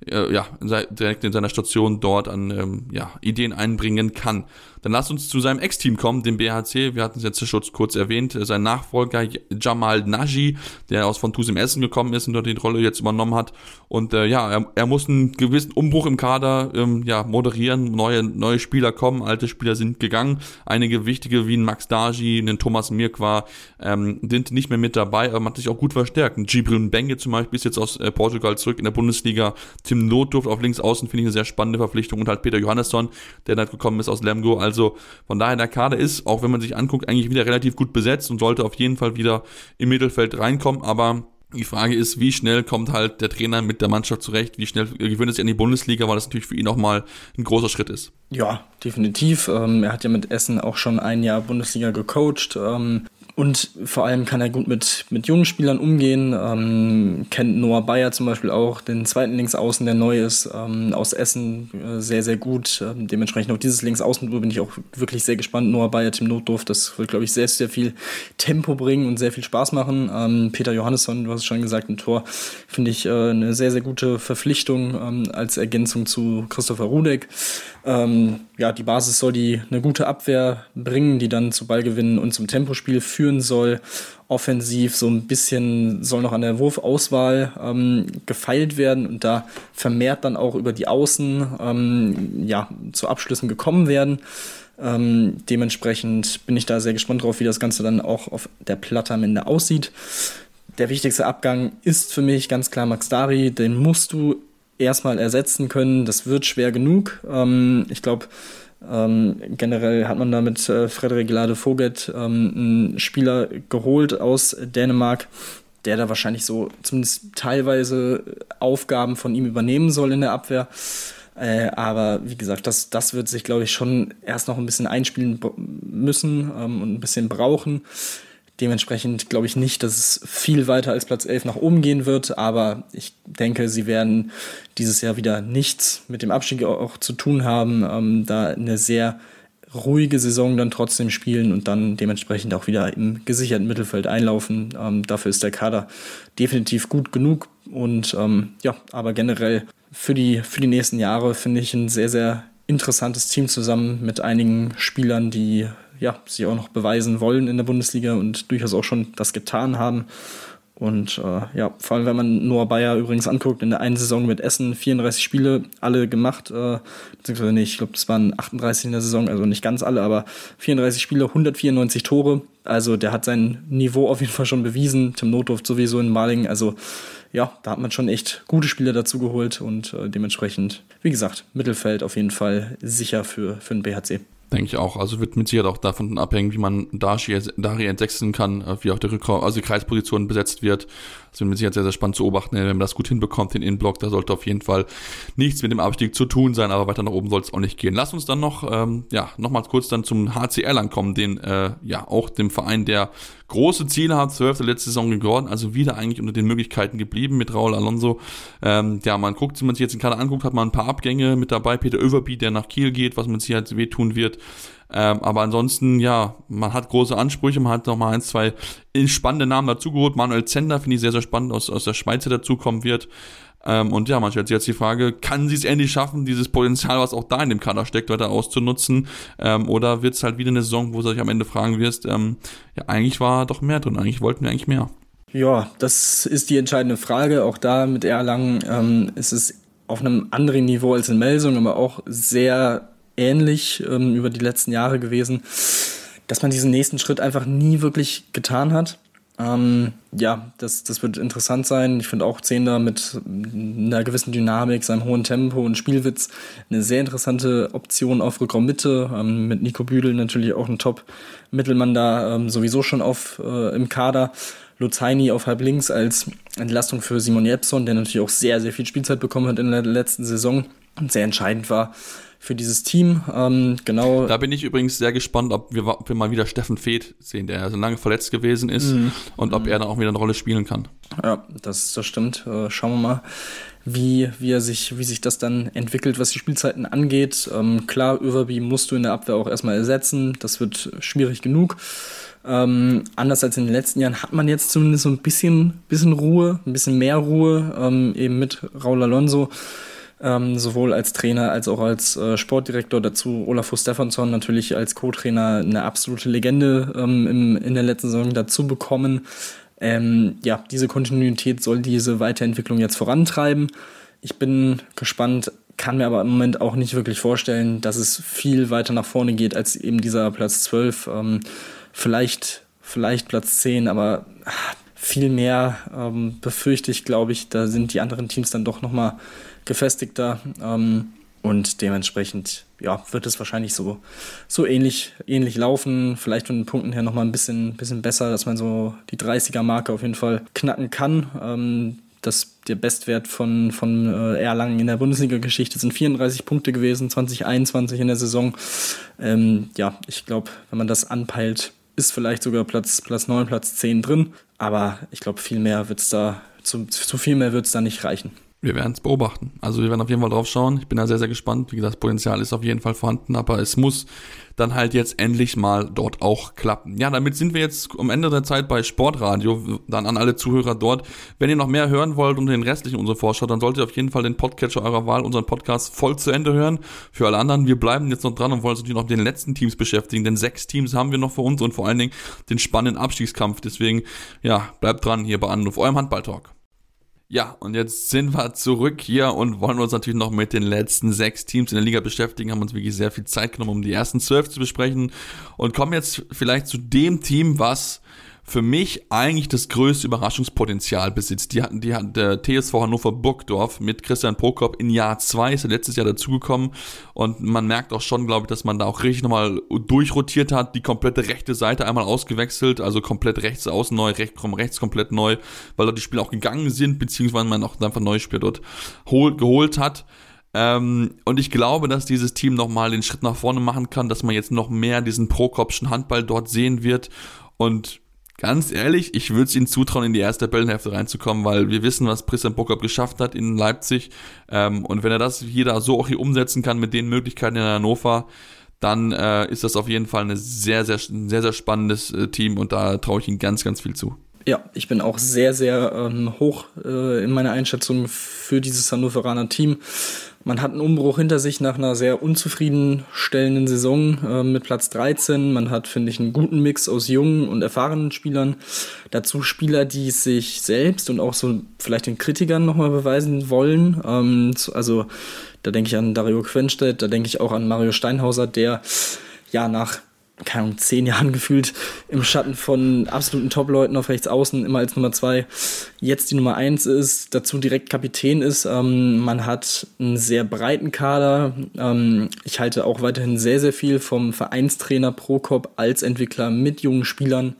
direkt in seiner Station dort an, Ideen einbringen kann. Dann lass uns zu seinem Ex-Team kommen, dem BHC. Wir hatten es jetzt schon kurz erwähnt. Sein Nachfolger Jamal Nagy, der aus von TuS Essen gekommen ist und dort die Rolle jetzt übernommen hat. Und er muss einen gewissen Umbruch im Kader moderieren. Neue Spieler kommen, alte Spieler sind gegangen. Einige wichtige wie ein Max Dagy, ein Thomas Mirkwa sind nicht mehr mit dabei, aber man hat sich auch gut verstärkt. Gibril Mbenge zum Beispiel ist jetzt aus Portugal zurück in der Bundesliga. Tim Notdurft auf links außen finde ich eine sehr spannende Verpflichtung und halt Peter Johannesson, der dann gekommen ist aus Lemgo. Also von daher, der Kader ist, auch wenn man sich anguckt, eigentlich wieder relativ gut besetzt und sollte auf jeden Fall wieder im Mittelfeld reinkommen, aber die Frage ist, wie schnell kommt halt der Trainer mit der Mannschaft zurecht, wie schnell gewöhnt er sich an die Bundesliga, weil das natürlich für ihn auch mal ein großer Schritt ist. Ja, definitiv. Er hat ja mit Essen auch schon ein Jahr Bundesliga gecoacht. Und vor allem kann er gut mit jungen Spielern umgehen. Kennt Noah Bayer zum Beispiel auch, den zweiten Linksaußen, der neu ist, aus Essen, sehr, sehr gut. Dementsprechend auf dieses Linksaußen bin ich auch wirklich sehr gespannt. Noah Bayer, Tim Notdurft, das wird, glaube ich, sehr, sehr viel Tempo bringen und sehr viel Spaß machen. Peter Johannesson, du hast es schon gesagt, im Tor, finde ich eine sehr, sehr gute Verpflichtung als Ergänzung zu Christopher Rudek. Die Basis soll eine gute Abwehr bringen, die dann zu Ballgewinnen und zum Tempospiel führen soll. Offensiv so ein bisschen soll noch an der Wurfauswahl gefeilt werden und da vermehrt dann auch über die Außen zu Abschlüssen gekommen werden. Dementsprechend bin ich da sehr gespannt drauf, wie das Ganze dann auch auf der Platte am Ende aussieht. Der wichtigste Abgang ist für mich ganz klar Max Dari, den musst du erstmal ersetzen können. Das wird schwer genug. Ich glaube, generell hat man da mit Frederik Lade Voget einen Spieler geholt aus Dänemark, der da wahrscheinlich so zumindest teilweise Aufgaben von ihm übernehmen soll in der Abwehr. Aber wie gesagt, das wird sich, glaube ich, schon erst noch ein bisschen einspielen müssen und ein bisschen brauchen. Dementsprechend glaube ich nicht, dass es viel weiter als Platz 11 nach oben gehen wird, aber ich denke, sie werden dieses Jahr wieder nichts mit dem Abstieg auch zu tun haben, da eine sehr ruhige Saison dann trotzdem spielen und dann dementsprechend auch wieder im gesicherten Mittelfeld einlaufen. Dafür ist der Kader definitiv gut genug und aber generell für die nächsten Jahre finde ich ein sehr, sehr interessantes Team zusammen mit einigen Spielern, die sich auch noch beweisen wollen in der Bundesliga und durchaus auch schon das getan haben. Und vor allem, wenn man Noah Bayer übrigens anguckt, in der einen Saison mit Essen 34 Spiele, alle gemacht, beziehungsweise nicht, ich glaube, das waren 38 in der Saison, also nicht ganz alle, aber 34 Spiele, 194 Tore. Also der hat sein Niveau auf jeden Fall schon bewiesen. Tim Notdurft sowieso in Balingen. Also da hat man schon echt gute Spieler dazu geholt und dementsprechend, wie gesagt, Mittelfeld auf jeden Fall sicher für den BHC. Denke ich auch. Also wird mit Sicherheit auch davon abhängen, wie man Dari entsechseln kann, wie auch der Rückraum, also die Kreisposition besetzt wird. Das wird mit Sicherheit sehr, sehr spannend zu beobachten, wenn man das gut hinbekommt, den Innenblock. Da sollte auf jeden Fall nichts mit dem Abstieg zu tun sein, aber weiter nach oben soll es auch nicht gehen. Lass uns dann noch mal kurz dann zum HC Erlangen kommen, den auch dem Verein, der große Ziele hat, 12. letzte Saison geworden, also wieder eigentlich unter den Möglichkeiten geblieben mit Raul Alonso. Man guckt, wenn man sich jetzt den Kader anguckt, hat man ein paar Abgänge mit dabei, Peter Överby, der nach Kiel geht, was man sich halt wehtun wird. Aber ansonsten, man hat große Ansprüche, man hat nochmal 1, 2 spannende Namen dazugeholt. Manuel Zender finde ich sehr, sehr spannend, aus der Schweiz, der dazukommen wird. Man stellt sich jetzt die Frage, kann sie es endlich schaffen, dieses Potenzial, was auch da in dem Kader steckt, weiter auszunutzen? Oder wird es halt wieder eine Saison, wo du dich am Ende fragen wirst, eigentlich war doch mehr drin, eigentlich wollten wir eigentlich mehr. Ja, das ist die entscheidende Frage. Auch da mit Erlangen ist es auf einem anderen Niveau als in Melsung, aber auch sehr ähnlich über die letzten Jahre gewesen, dass man diesen nächsten Schritt einfach nie wirklich getan hat. Das wird interessant sein. Ich finde auch Zehnder mit einer gewissen Dynamik, seinem hohen Tempo und Spielwitz eine sehr interessante Option auf Rückraummitte. Mit Nico Büdel natürlich auch ein Top-Mittelmann da sowieso schon im Kader. Luzaini auf halb links als Entlastung für Simon Jeppson, der natürlich auch sehr, sehr viel Spielzeit bekommen hat in der letzten Saison und sehr entscheidend war für dieses Team. Genau. Da bin ich übrigens sehr gespannt, ob wir mal wieder Steffen Feeth sehen, der so lange verletzt gewesen ist und ob er dann auch wieder eine Rolle spielen kann. Ja, das stimmt. Schauen wir mal, wie sich das dann entwickelt, was die Spielzeiten angeht. Klar, Överby musst du in der Abwehr auch erstmal ersetzen. Das wird schwierig genug. Anders als in den letzten Jahren hat man jetzt zumindest so ein bisschen Ruhe, ein bisschen mehr Ruhe, eben mit Raul Alonso. Sowohl als Trainer als auch als Sportdirektor, dazu Olafur Stefansson natürlich als Co-Trainer eine absolute Legende in der letzten Saison dazu bekommen. Diese Kontinuität soll diese Weiterentwicklung jetzt vorantreiben. Ich bin gespannt, kann mir aber im Moment auch nicht wirklich vorstellen, dass es viel weiter nach vorne geht als eben dieser Platz 12. Vielleicht Platz 10, aber viel mehr befürchte ich, glaube ich, da sind die anderen Teams dann doch nochmal gefestigter und dementsprechend wird es wahrscheinlich so ähnlich laufen, vielleicht von den Punkten her nochmal ein bisschen besser, dass man so die 30er-Marke auf jeden Fall knacken kann. Der Bestwert von Erlangen in der Bundesliga-Geschichte sind 34 Punkte gewesen, 2021 in der Saison. Ich glaube, wenn man das anpeilt, ist vielleicht sogar Platz 9, Platz 10 drin, aber ich glaube, viel mehr wird's da, zu viel mehr wird es da nicht reichen. Wir werden es beobachten. Also wir werden auf jeden Fall drauf schauen. Ich bin da sehr, sehr gespannt. Wie gesagt, das Potenzial ist auf jeden Fall vorhanden, aber es muss dann halt jetzt endlich mal dort auch klappen. Ja, damit sind wir jetzt am Ende der Zeit bei Sportradio. Dann an alle Zuhörer dort. Wenn ihr noch mehr hören wollt und den restlichen unserer Vorschau, dann solltet ihr auf jeden Fall den Podcatcher eurer Wahl, unseren Podcast voll zu Ende hören. Für alle anderen, wir bleiben jetzt noch dran und wollen uns natürlich noch mit den letzten Teams beschäftigen, denn 6 Teams haben wir noch vor uns und vor allen Dingen den spannenden Abstiegskampf. Deswegen, bleibt dran hier bei Anruf, eurem Handball-Talk. Ja, und jetzt sind wir zurück hier und wollen uns natürlich noch mit den letzten 6 Teams in der Liga beschäftigen, haben uns wirklich sehr viel Zeit genommen, um die ersten 12 zu besprechen und kommen jetzt vielleicht zu dem Team, was für mich eigentlich das größte Überraschungspotenzial besitzt. Die hat der TSV Hannover Burgdorf mit Christian Prokop in Jahr 2, ist ja letztes Jahr dazugekommen und man merkt auch schon, glaube ich, dass man da auch richtig nochmal durchrotiert hat, die komplette rechte Seite einmal ausgewechselt, also komplett rechts außen neu, rechts komplett neu, weil dort die Spieler auch gegangen sind, beziehungsweise man auch einfach neue Spieler dort geholt hat. Und ich glaube, dass dieses Team nochmal den Schritt nach vorne machen kann, dass man jetzt noch mehr diesen Prokopschen Handball dort sehen wird und ganz ehrlich, ich würde es ihnen zutrauen, in die erste Tabellenhälfte reinzukommen, weil wir wissen, was Christian Prokop geschafft hat in Leipzig. Und wenn er das hier so auch hier umsetzen kann mit den Möglichkeiten in Hannover, dann ist das auf jeden Fall ein sehr, sehr, sehr, sehr spannendes Team und da traue ich ihnen ganz, ganz viel zu. Ja, ich bin auch sehr, sehr hoch in meiner Einschätzung für dieses Hannoveraner Team. Man hat einen Umbruch hinter sich nach einer sehr unzufriedenstellenden Saison mit Platz 13. Man hat, finde ich, einen guten Mix aus jungen und erfahrenen Spielern. Dazu Spieler, die sich selbst und auch so vielleicht den Kritikern nochmal beweisen wollen. Also da denke ich an Dario Quenstedt, da denke ich auch an Mario Steinhauser, der nach 10 Jahren gefühlt im Schatten von absoluten Top-Leuten auf rechts außen immer als Nummer 2 jetzt die Nummer 1 ist, dazu direkt Kapitän ist. Man hat einen sehr breiten Kader. Ich halte auch weiterhin sehr, sehr viel vom Vereinstrainer Prokop als Entwickler mit jungen Spielern.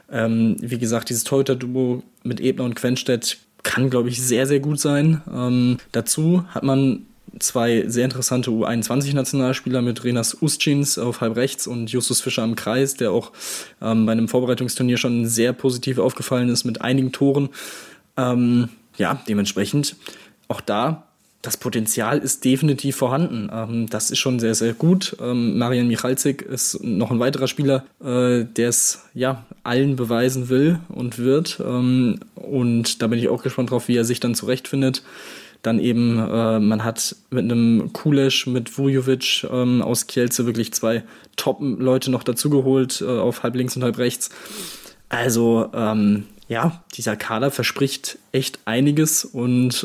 Wie gesagt, dieses Torhüter-Duo mit Ebner und Quenstedt kann, glaube ich, sehr, sehr gut sein. Dazu hat man 2 sehr interessante U21-Nationalspieler mit Renas Ustschins auf halb rechts und Justus Fischer am Kreis, der auch bei einem Vorbereitungsturnier schon sehr positiv aufgefallen ist mit einigen Toren. Dementsprechend auch da, das Potenzial ist definitiv vorhanden. Das ist schon sehr, sehr gut. Marian Michalczyk ist noch ein weiterer Spieler, der es allen beweisen will und wird. Und da bin ich auch gespannt drauf, wie er sich dann zurechtfindet. Dann eben, man hat mit einem Kulesch, mit Vujovic aus Kielce wirklich 2 Top-Leute noch dazugeholt, auf halb links und halb rechts. Also ja, dieser Kader verspricht echt einiges und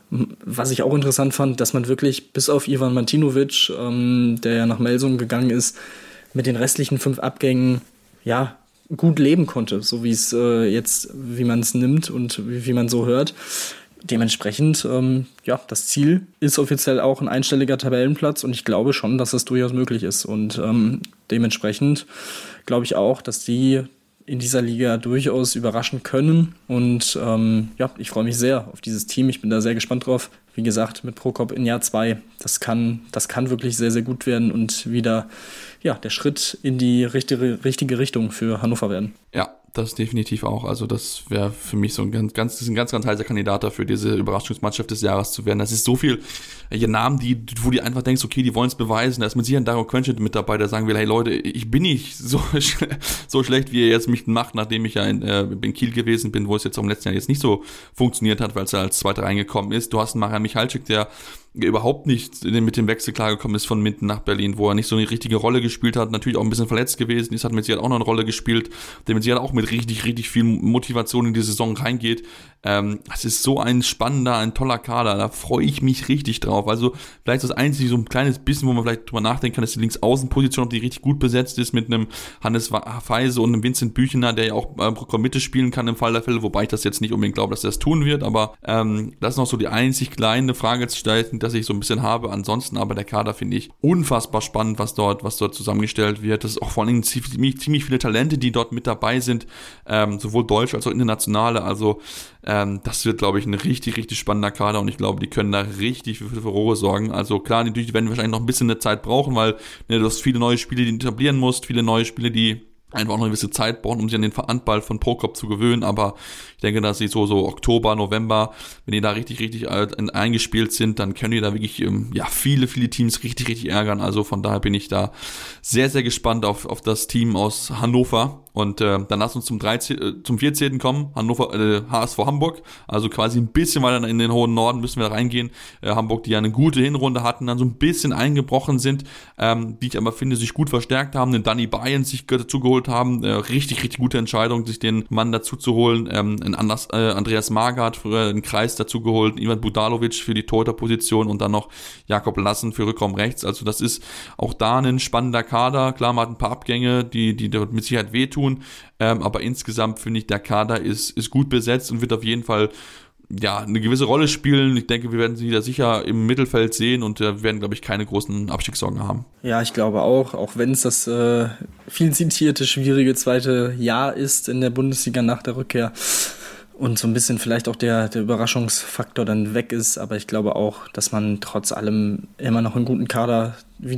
was ich auch interessant fand, dass man wirklich bis auf Ivan Martinovic, der ja nach Melsungen gegangen ist, mit den restlichen 5 Abgängen ja gut leben konnte, so wie es jetzt, wie man es nimmt und wie man so hört. Dementsprechend, das Ziel ist offiziell auch ein einstelliger Tabellenplatz und ich glaube schon, dass das durchaus möglich ist. Und dementsprechend glaube ich auch, dass die in dieser Liga durchaus überraschen können. Und ich freue mich sehr auf dieses Team. Ich bin da sehr gespannt drauf. Wie gesagt, mit Prokop in Jahr 2, das kann wirklich sehr, sehr gut werden und wieder der Schritt in die richtige Richtung für Hannover werden. Ja, das definitiv auch. Also das wäre für mich so ein ganz heißer Kandidat dafür, diese Überraschungsmannschaft des Jahres zu werden. Das ist so viel Namen, wo du einfach denkst, okay, die wollen es beweisen. Da ist mit Sicherheit Dario Quenchit mit dabei, der sagen will, hey Leute, ich bin nicht so schlecht, wie ihr jetzt mich macht, nachdem ich ja in Kiel gewesen bin, wo es jetzt auch im letzten Jahr jetzt nicht so funktioniert hat, weil es ja als Zweiter reingekommen ist. Du hast einen Marian Michalczyk, der überhaupt nicht mit dem Wechsel klargekommen ist von Minden nach Berlin, wo er nicht so eine richtige Rolle gespielt hat, natürlich auch ein bisschen verletzt gewesen ist, hat mit Sicherheit auch noch eine Rolle gespielt, der mit Sicherheit auch mit richtig viel Motivation in die Saison reingeht. Es ist so ein spannender, ein toller Kader, da freue ich mich richtig drauf. Also vielleicht das einzige, so ein kleines bisschen, wo man vielleicht drüber nachdenken kann, ist die Linksaußenposition, ob die richtig gut besetzt ist mit einem Hannes Feise und einem Vincent Büchener, der ja auch Mitte spielen kann im Fall der Fälle, wobei ich das jetzt nicht unbedingt glaube, dass er das tun wird, aber das ist noch so die einzig kleine Frage zu stellen, dass ich so ein bisschen habe. Ansonsten aber der Kader finde ich unfassbar spannend, was dort zusammengestellt wird. Das ist auch vor allem ziemlich viele Talente, die dort mit dabei sind, sowohl deutsch als auch internationale. Also das wird, glaube ich, ein richtig spannender Kader und ich glaube, die können da richtig für Furore sorgen. Also klar, die werden wahrscheinlich noch ein bisschen eine Zeit brauchen, weil du hast viele neue Spiele, die du etablieren musst, viele neue Spiele, die einfach auch noch eine gewisse Zeit brauchen, um sich an den Handball von Prokop zu gewöhnen, aber ich denke, dass sie so Oktober, November, wenn die da richtig eingespielt sind, dann können die da wirklich viele Teams richtig ärgern, also von daher bin ich da sehr, sehr gespannt auf das Team aus Hannover und dann lass uns zum 14. kommen, HSV Hamburg, also quasi ein bisschen weiter in den hohen Norden müssen wir da reingehen, Hamburg, die ja eine gute Hinrunde hatten, dann so ein bisschen eingebrochen sind, die ich aber finde, sich gut verstärkt haben, den Danny Bayern sich dazu geholt haben, richtig gute Entscheidung, sich den Mann dazu zu holen, Andreas Magath für den Kreis dazu geholt, Ivan Budalovic für die Torhüterposition und dann noch Jakob Lassen für Rückraum rechts, also das ist auch da ein spannender Kader, klar, man hat ein paar Abgänge, die dort mit Sicherheit wehtun, aber insgesamt finde ich, der Kader ist gut besetzt und wird auf jeden Fall eine gewisse Rolle spielen. Ich denke, wir werden sie da sicher im Mittelfeld sehen und werden, glaube ich, keine großen Abstiegssorgen haben. Ja, ich glaube auch wenn es das viel zitierte, schwierige zweite Jahr ist in der Bundesliga nach der Rückkehr und so ein bisschen vielleicht auch der Überraschungsfaktor dann weg ist, aber ich glaube auch, dass man trotz allem immer noch einen guten Kader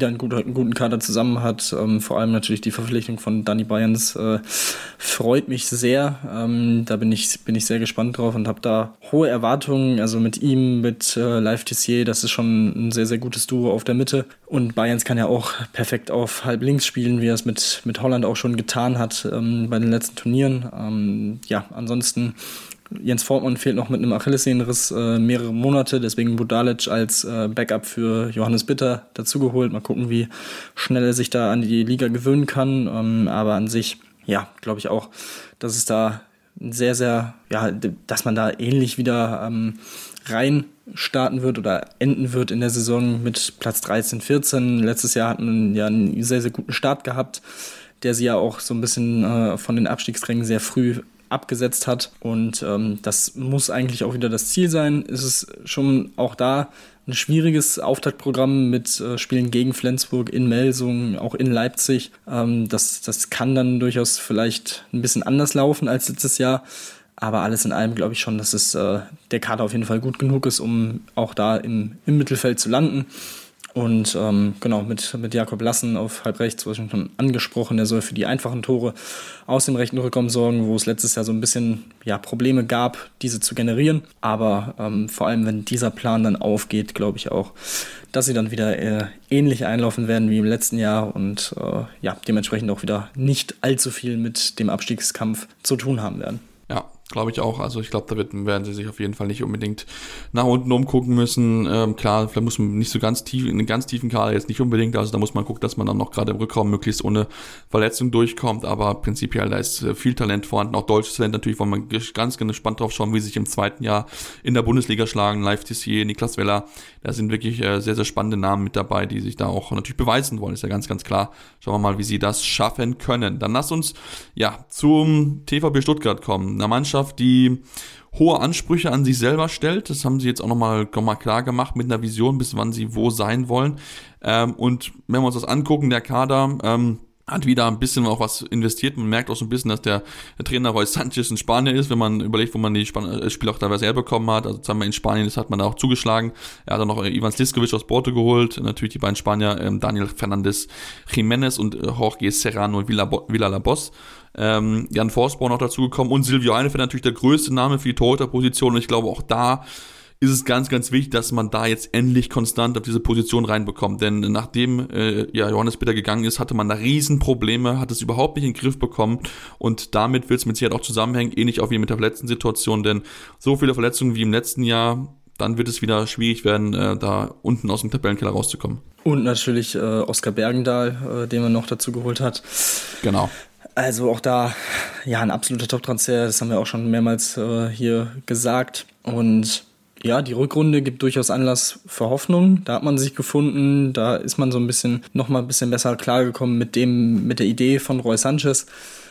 zusammen hat. Vor allem natürlich die Verpflichtung von Danny Bayerns freut mich sehr. Da bin ich sehr gespannt drauf und habe da hohe Erwartungen. Also mit ihm, mit Live Tissier, das ist schon ein sehr, sehr gutes Duo auf der Mitte. Und Bayerns kann ja auch perfekt auf halb links spielen, wie er es mit Holland auch schon getan hat bei den letzten Turnieren. Ansonsten Jens Fortmann fehlt noch mit einem Achillessehnenriss mehrere Monate, deswegen Budalic als Backup für Johannes Bitter dazugeholt. Mal gucken, wie schnell er sich da an die Liga gewöhnen kann. Aber an sich, glaube ich auch, dass es da sehr, sehr, dass man da ähnlich wieder rein starten wird oder enden wird in der Saison mit Platz 13, 14. Letztes Jahr hatten wir einen sehr, sehr guten Start gehabt, der sie ja auch so ein bisschen von den Abstiegsrängen sehr früh abgesetzt hat und das muss eigentlich auch wieder das Ziel sein. Es ist schon auch da ein schwieriges Auftaktprogramm mit Spielen gegen Flensburg, in Melsungen, auch in Leipzig. Das kann dann durchaus vielleicht ein bisschen anders laufen als letztes Jahr, aber alles in allem glaube ich schon, dass der Kader auf jeden Fall gut genug ist, um auch da im Mittelfeld zu landen. Und mit Jakob Lassen auf halb rechts, was ich schon angesprochen, der soll für die einfachen Tore aus dem rechten Rückraum sorgen, wo es letztes Jahr so ein bisschen Probleme gab, diese zu generieren. Aber vor allem, wenn dieser Plan dann aufgeht, glaube ich auch, dass sie dann wieder ähnlich einlaufen werden wie im letzten Jahr und dementsprechend auch wieder nicht allzu viel mit dem Abstiegskampf zu tun haben werden. Ja, Glaube ich auch. Also ich glaube, werden sie sich auf jeden Fall nicht unbedingt nach unten umgucken müssen. Klar, vielleicht muss man nicht so ganz tief, in einen ganz tiefen Kader jetzt nicht unbedingt. Also da muss man gucken, dass man dann noch gerade im Rückraum möglichst ohne Verletzung durchkommt. Aber prinzipiell, da ist viel Talent vorhanden. Auch deutsches Talent natürlich, wo man ganz gespannt drauf schauen, wie sie sich im zweiten Jahr in der Bundesliga schlagen. Live Tissier, Niklas Weller. Da sind wirklich sehr, sehr spannende Namen mit dabei, die sich da auch natürlich beweisen wollen. Ist ja ganz klar. Schauen wir mal, wie sie das schaffen können. Dann lasst uns zum TVB Stuttgart kommen. Eine Mannschaft, die hohe Ansprüche an sich selber stellt. Das haben sie jetzt auch nochmal klar gemacht mit einer Vision, bis wann sie wo sein wollen. Und wenn wir uns das angucken, der Kader hat wieder ein bisschen auch was investiert. Man merkt auch so ein bisschen, dass der Trainer Roy Sanchez ein Spanier ist, wenn man überlegt, wo man die Spiele auch teilweise herbekommen hat. Also sagen wir in Spanien, das hat man da auch zugeschlagen. Er hat dann noch Ivan Sliskovic aus Porto geholt. Natürlich die beiden Spanier, Daniel Fernandez Jiménez und Jorge Serrano Villalobos. Jan Forsborn noch dazugekommen und Silvio Heinefeld natürlich der größte Name für die Torhüterposition. Und ich glaube, auch da ist es ganz wichtig, dass man da jetzt endlich konstant auf diese Position reinbekommt. Denn nachdem Johannes Bitter gegangen ist, hatte man da Riesenprobleme, hat es überhaupt nicht in den Griff bekommen. Und damit wird es mit Sicherheit auch zusammenhängen, ähnlich auch wie mit der Verletzten-Situation. Denn so viele Verletzungen wie im letzten Jahr, dann wird es wieder schwierig werden, da unten aus dem Tabellenkeller rauszukommen. Und natürlich Oskar Bergendahl, den man noch dazu geholt hat. Genau. Also auch da, ein absoluter Top-Transfer, das haben wir auch schon mehrmals hier gesagt. Und ja, die Rückrunde gibt durchaus Anlass für Hoffnung. Da hat man sich gefunden, da ist man so noch mal ein bisschen besser klargekommen mit der Idee von Roy Sanchez.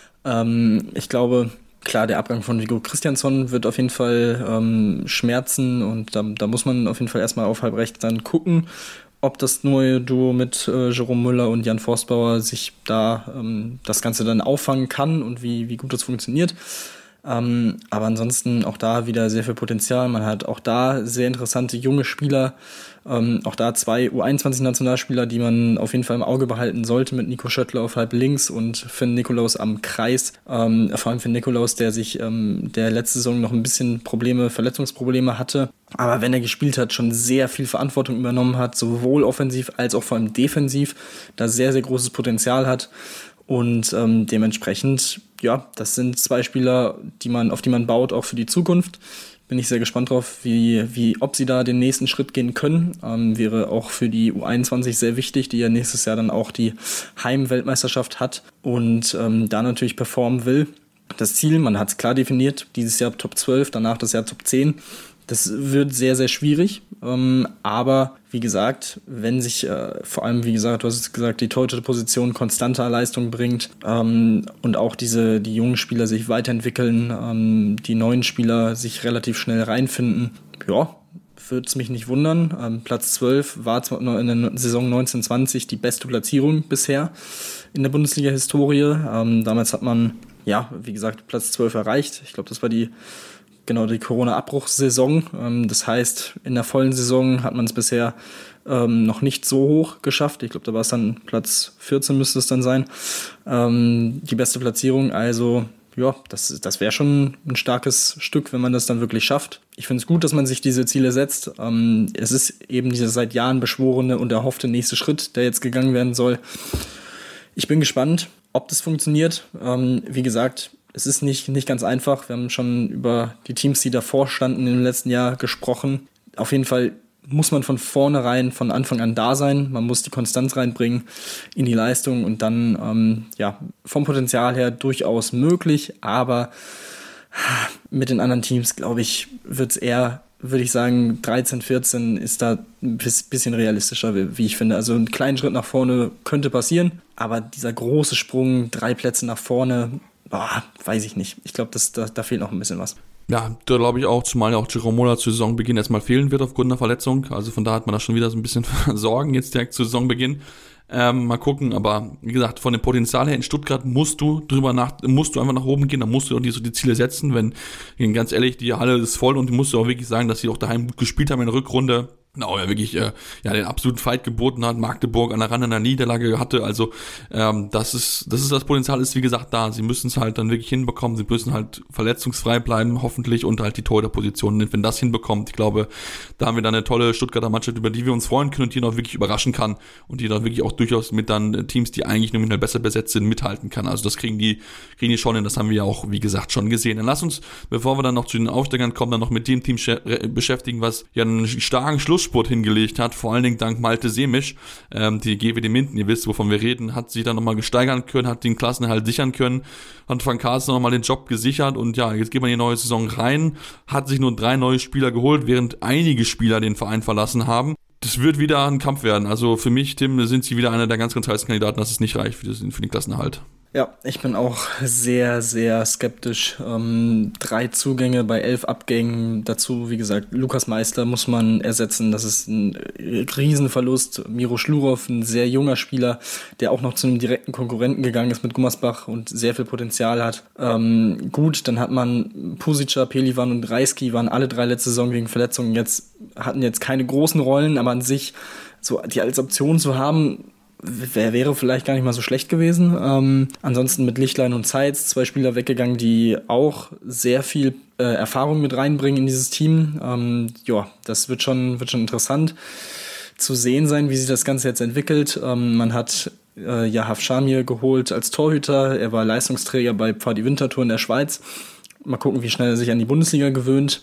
Ich glaube, klar, der Abgang von Viggo Christiansson wird auf jeden Fall schmerzen und da muss man auf jeden Fall erstmal auf halb rechts dann gucken, ob das neue Duo mit Jerome Müller und Jan Forstbauer sich da das Ganze dann auffangen kann und wie gut das funktioniert. Aber ansonsten auch da wieder sehr viel Potenzial. Man hat auch da sehr interessante junge Spieler. Auch da 2 U21-Nationalspieler, die man auf jeden Fall im Auge behalten sollte, mit Nico Schöttler auf halb links und Finn Nikolaus am Kreis. Vor allem Finn Nikolaus, der sich der letzte Saison noch ein bisschen Verletzungsprobleme hatte. Aber wenn er gespielt hat, schon sehr viel Verantwortung übernommen hat, sowohl offensiv als auch vor allem defensiv, da sehr, sehr großes Potenzial hat. Und dementsprechend, das sind 2 Spieler, auf die man baut, auch für die Zukunft. Bin ich sehr gespannt drauf, ob sie da den nächsten Schritt gehen können. Wäre auch für die U21 sehr wichtig, die ja nächstes Jahr dann auch die Heimweltmeisterschaft hat und da natürlich performen will. Das Ziel, man hat es klar definiert, dieses Jahr Top 12, danach das Jahr Top 10. Das wird sehr, sehr schwierig, aber wie gesagt, wenn sich vor allem, wie gesagt, du hast es gesagt, die Torhüter-Position konstanter Leistung bringt und auch die jungen Spieler sich weiterentwickeln, die neuen Spieler sich relativ schnell reinfinden, würde es mich nicht wundern. Platz 12 war zwar in der Saison 1920 die beste Platzierung bisher in der Bundesliga-Historie. Damals hat man, wie gesagt, Platz 12 erreicht. Ich glaube, das war die Corona-Abbruchssaison. Das heißt, in der vollen Saison hat man es bisher noch nicht so hoch geschafft. Ich glaube, da war es dann Platz 14 müsste es dann sein. Die beste Platzierung. Also, das wäre schon ein starkes Stück, wenn man das dann wirklich schafft. Ich finde es gut, dass man sich diese Ziele setzt. Es ist eben dieser seit Jahren beschworene und erhoffte nächste Schritt, der jetzt gegangen werden soll. Ich bin gespannt, ob das funktioniert. Wie gesagt, es ist nicht ganz einfach. Wir haben schon über die Teams, die davor standen im letzten Jahr gesprochen. Auf jeden Fall muss man von vornherein, von Anfang an da sein. Man muss die Konstanz reinbringen in die Leistung und dann vom Potenzial her durchaus möglich. Aber mit den anderen Teams, glaube ich, wird es eher, würde ich sagen, 13, 14 ist da ein bisschen realistischer, wie ich finde. Also einen kleinen Schritt nach vorne könnte passieren, aber dieser große Sprung, 3 Plätze nach vorne, weiß ich nicht. Ich glaube, da fehlt noch ein bisschen was. Ja, da glaube ich auch, zumal ja auch Jerome Mola zu Saisonbeginn erstmal fehlen wird aufgrund einer Verletzung. Also von da hat man da schon wieder so ein bisschen Sorgen jetzt direkt zu Saisonbeginn. Mal gucken, aber wie gesagt, von dem Potenzial her in Stuttgart musst du einfach nach oben gehen, dann musst du auch die Ziele setzen, wenn, ganz ehrlich, die Halle ist voll und du musst auch wirklich sagen, dass sie auch daheim gut gespielt haben in der Rückrunde. Genau, er wirklich den absoluten Fight geboten hat, Magdeburg an der Rand einer Niederlage hatte, also das Potenzial ist wie gesagt da, sie müssen es halt dann wirklich hinbekommen, sie müssen halt verletzungsfrei bleiben, hoffentlich, und halt die Torhüterposition, wenn das hinbekommt, ich glaube, da haben wir dann eine tolle Stuttgarter Mannschaft, über die wir uns freuen können und die noch wirklich überraschen kann und die dann wirklich auch durchaus mit dann Teams, die eigentlich nominell besser besetzt sind, mithalten kann, also das kriegen die schon hin, das haben wir ja auch, wie gesagt, schon gesehen. Dann lass uns, bevor wir dann noch zu den Aufsteigern kommen, dann noch mit dem Team beschäftigen, was ja einen starken Schlussspurt hingelegt hat, vor allen Dingen dank Malte Semisch, die GWD Minden, ihr wisst, wovon wir reden, hat sich dann nochmal gesteigern können, hat den Klassenerhalt sichern können, hat Frank Carsten nochmal den Job gesichert und ja, jetzt geht man in die neue Saison rein, hat sich nur 3 neue Spieler geholt, während einige Spieler den Verein verlassen haben. Das wird wieder ein Kampf werden, also für mich, Tim, sind sie wieder einer der ganz, ganz heißen Kandidaten, dass es nicht reicht für den Klassenerhalt. Ja, ich bin auch sehr, sehr skeptisch. 3 Zugänge bei 11 Abgängen. Dazu, wie gesagt, Lukas Meister muss man ersetzen. Das ist ein Riesenverlust. Miro Schlurow, ein sehr junger Spieler, der auch noch zu einem direkten Konkurrenten gegangen ist mit Gummersbach und sehr viel Potenzial hat. Gut, dann hat man Pusica, Pelivan und Reisky, waren alle 3 letzte Saison wegen Verletzungen hatten jetzt keine großen Rollen, aber an sich so die als Option zu haben, wäre vielleicht gar nicht mal so schlecht gewesen. Ansonsten mit Lichtlein und Zeitz 2 Spieler weggegangen, die auch sehr viel Erfahrung mit reinbringen in dieses Team. Das wird schon interessant zu sehen sein, wie sich das Ganze jetzt entwickelt. Man hat Hafshamir geholt als Torhüter. Er war Leistungsträger bei Pfadi Winterthur in der Schweiz. Mal gucken, wie schnell er sich an die Bundesliga gewöhnt.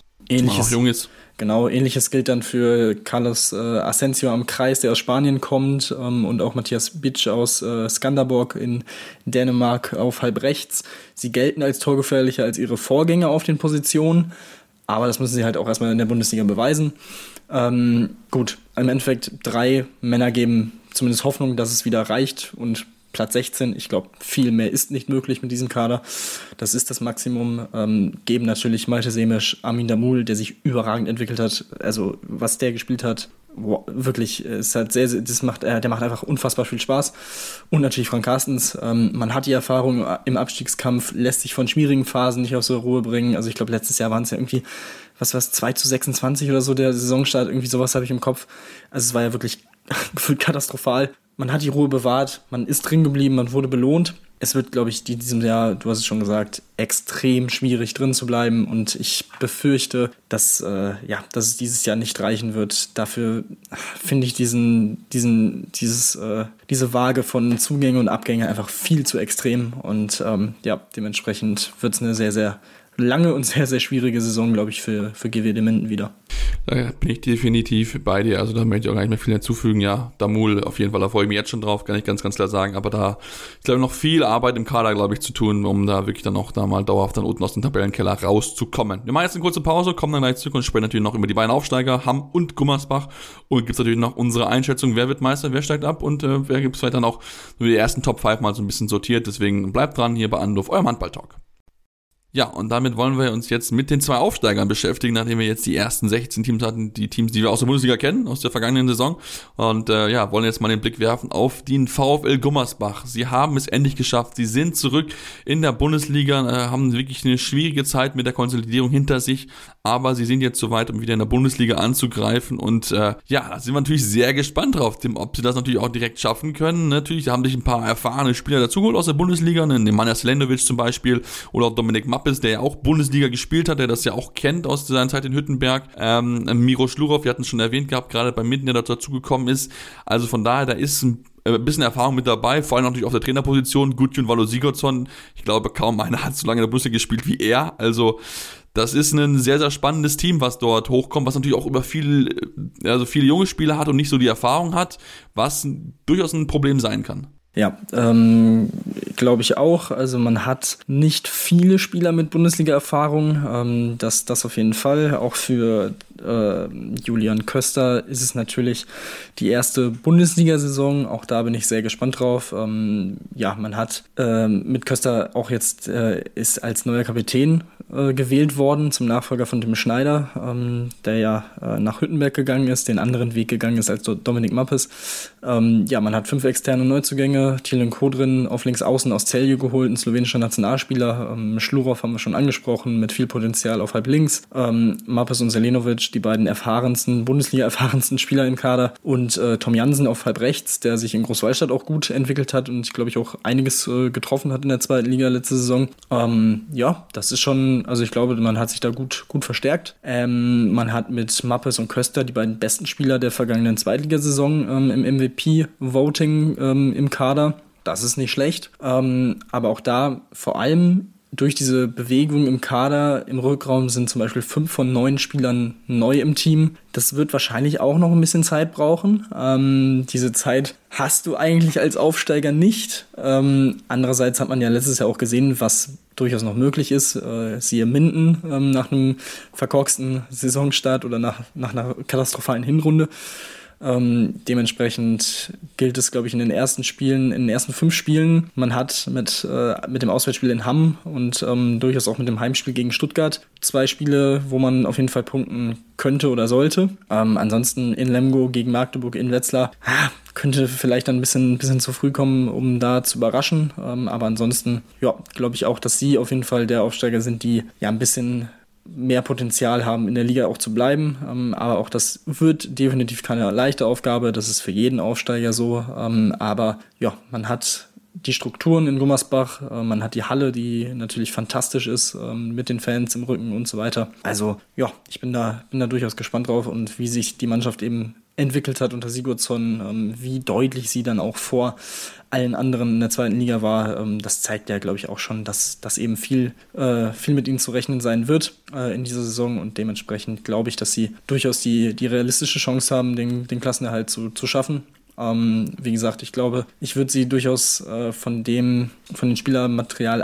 Ähnliches gilt dann für Carlos Asensio am Kreis, der aus Spanien kommt, und auch Matthias Bitsch aus Skanderborg in Dänemark auf halb rechts. Sie gelten als torgefährlicher als ihre Vorgänger auf den Positionen, aber das müssen sie halt auch erstmal in der Bundesliga beweisen. Gut, im Endeffekt 3 Männer geben zumindest Hoffnung, dass es wieder reicht, und Platz 16, ich glaube, viel mehr ist nicht möglich mit diesem Kader. Das ist das Maximum. Geben natürlich Malte Semisch, Armin Damul, der sich überragend entwickelt hat. Also, was der gespielt hat, wirklich, ist halt der macht einfach unfassbar viel Spaß. Und natürlich Frank Carstens. Man hat die Erfahrung im Abstiegskampf, lässt sich von schwierigen Phasen nicht aus der Ruhe bringen. Also, ich glaube, letztes Jahr waren es ja irgendwie, 2:26 oder so, der Saisonstart, irgendwie sowas habe ich im Kopf. Also, es war ja wirklich gefühlt katastrophal. Man hat die Ruhe bewahrt, man ist drin geblieben, man wurde belohnt. Es wird, glaube ich, in diesem Jahr, du hast es schon gesagt, extrem schwierig drin zu bleiben, und ich befürchte, dass es dieses Jahr nicht reichen wird. Dafür finde ich diese Waage von Zugänge und Abgänge einfach viel zu extrem, und dementsprechend wird es eine sehr, sehr lange und sehr, sehr schwierige Saison, glaube ich, für GWD Minden wieder. Da bin ich definitiv bei dir, also da möchte ich auch gar nicht mehr viel hinzufügen. Ja, Damul auf jeden Fall, da freue ich mich jetzt schon drauf, kann ich ganz, ganz klar sagen, aber da ist, glaube ich, noch viel Arbeit im Kader, glaube ich, zu tun, um da wirklich dann auch da mal dauerhaft dann unten aus dem Tabellenkeller rauszukommen. Wir machen jetzt eine kurze Pause, kommen dann gleich zurück und sprechen natürlich noch über die beiden Aufsteiger, Hamm und Gummersbach, und gibt es natürlich noch unsere Einschätzung, wer wird Meister, wer steigt ab, und wer gibt es vielleicht dann auch nur die ersten Top 5 mal so ein bisschen sortiert, deswegen bleibt dran hier bei Anruf, eurem Handball-Talk. Ja, und damit wollen wir uns jetzt mit den 2 Aufsteigern beschäftigen, nachdem wir jetzt die ersten 16 Teams hatten, die Teams, die wir aus der Bundesliga kennen, aus der vergangenen Saison. Und wollen jetzt mal den Blick werfen auf den VfL Gummersbach. Sie haben es endlich geschafft, sie sind zurück in der Bundesliga, haben wirklich eine schwierige Zeit mit der Konsolidierung hinter sich, aber sie sind jetzt soweit, um wieder in der Bundesliga anzugreifen. Und da sind wir natürlich sehr gespannt drauf, ob sie das natürlich auch direkt schaffen können. Natürlich, da haben sich ein paar erfahrene Spieler dazugeholt aus der Bundesliga, Nemanja Selenovic zum Beispiel, oder auch Dominik Mappes, der ja auch Bundesliga gespielt hat, der das ja auch kennt aus seiner Zeit in Hüttenberg. Miro Schlurow, wir hatten es schon erwähnt gehabt, gerade bei Minden, der dazugekommen ist. Also von daher, da ist ein bisschen Erfahrung mit dabei, vor allem natürlich auf der Trainerposition. Gudjon Valo Sigurdsson, ich glaube, kaum einer hat so lange in der Bundesliga gespielt wie er. Also das ist ein sehr, sehr spannendes Team, was dort hochkommt, was natürlich auch über viele junge Spieler hat und nicht so die Erfahrung hat, was durchaus ein Problem sein kann. Ja, glaube ich auch. Also man hat nicht viele Spieler mit Bundesliga-Erfahrung. Das auf jeden Fall. Auch für Julian Köster ist es natürlich die erste Bundesliga-Saison. Auch da bin ich sehr gespannt drauf. Man hat mit Köster auch jetzt ist als neuer Kapitän gewählt worden zum Nachfolger von Tim Schneider, der ja nach Hüttenberg gegangen ist, den anderen Weg gegangen ist als Dominik Mappes. Man hat 5 externe Neuzugänge, Thielen Kodrin auf links außen aus Celje geholt, ein slowenischer Nationalspieler, Schlurov haben wir schon angesprochen, mit viel Potenzial auf halb links, Mappes und Selenovic, die beiden Bundesliga-erfahrensten Spieler im Kader, und Tom Jansen auf halb rechts, der sich in Großwallstadt auch gut entwickelt hat und, glaube ich, auch einiges getroffen hat in der zweiten Liga letzte Saison. Das ist schon, also ich glaube, man hat sich da gut verstärkt. Man hat mit Mappes und Köster die beiden besten Spieler der vergangenen Zweitligasaison im MVP-Voting im Kader. Das ist nicht schlecht. Aber auch da vor allem durch diese Bewegung im Kader, im Rückraum sind zum Beispiel 5 von 9 Spielern neu im Team. Das wird wahrscheinlich auch noch ein bisschen Zeit brauchen. Diese Zeit hast du eigentlich als Aufsteiger nicht. Andererseits hat man ja letztes Jahr auch gesehen, was durchaus noch möglich ist. Siehe Minden nach einem verkorksten Saisonstart oder nach einer katastrophalen Hinrunde. Dementsprechend gilt es, glaube ich, in den ersten 5 Spielen. Man hat mit dem Auswärtsspiel in Hamm und durchaus auch mit dem Heimspiel gegen Stuttgart 2 Spiele, wo man auf jeden Fall punkten könnte oder sollte. Ansonsten in Lemgo gegen Magdeburg, in Wetzlar könnte vielleicht dann ein bisschen zu früh kommen, um da zu überraschen. Aber ansonsten, glaube ich auch, dass sie auf jeden Fall der Aufsteiger sind, die ja ein bisschen mehr Potenzial haben, in der Liga auch zu bleiben. Aber auch das wird definitiv keine leichte Aufgabe. Das ist für jeden Aufsteiger so. Aber man hat die Strukturen in Gummersbach, man hat die Halle, die natürlich fantastisch ist, mit den Fans im Rücken und so weiter. Also ich bin da durchaus gespannt drauf, und wie sich die Mannschaft eben entwickelt hat unter Sigurdsson, wie deutlich sie dann auch vor allen anderen in der zweiten Liga war, das zeigt ja, glaube ich, auch schon, dass eben viel mit ihnen zu rechnen sein wird in dieser Saison, und dementsprechend glaube ich, dass sie durchaus die realistische Chance haben, den Klassenerhalt zu schaffen. Wie gesagt, ich glaube, ich würde sie durchaus von den Spielermaterial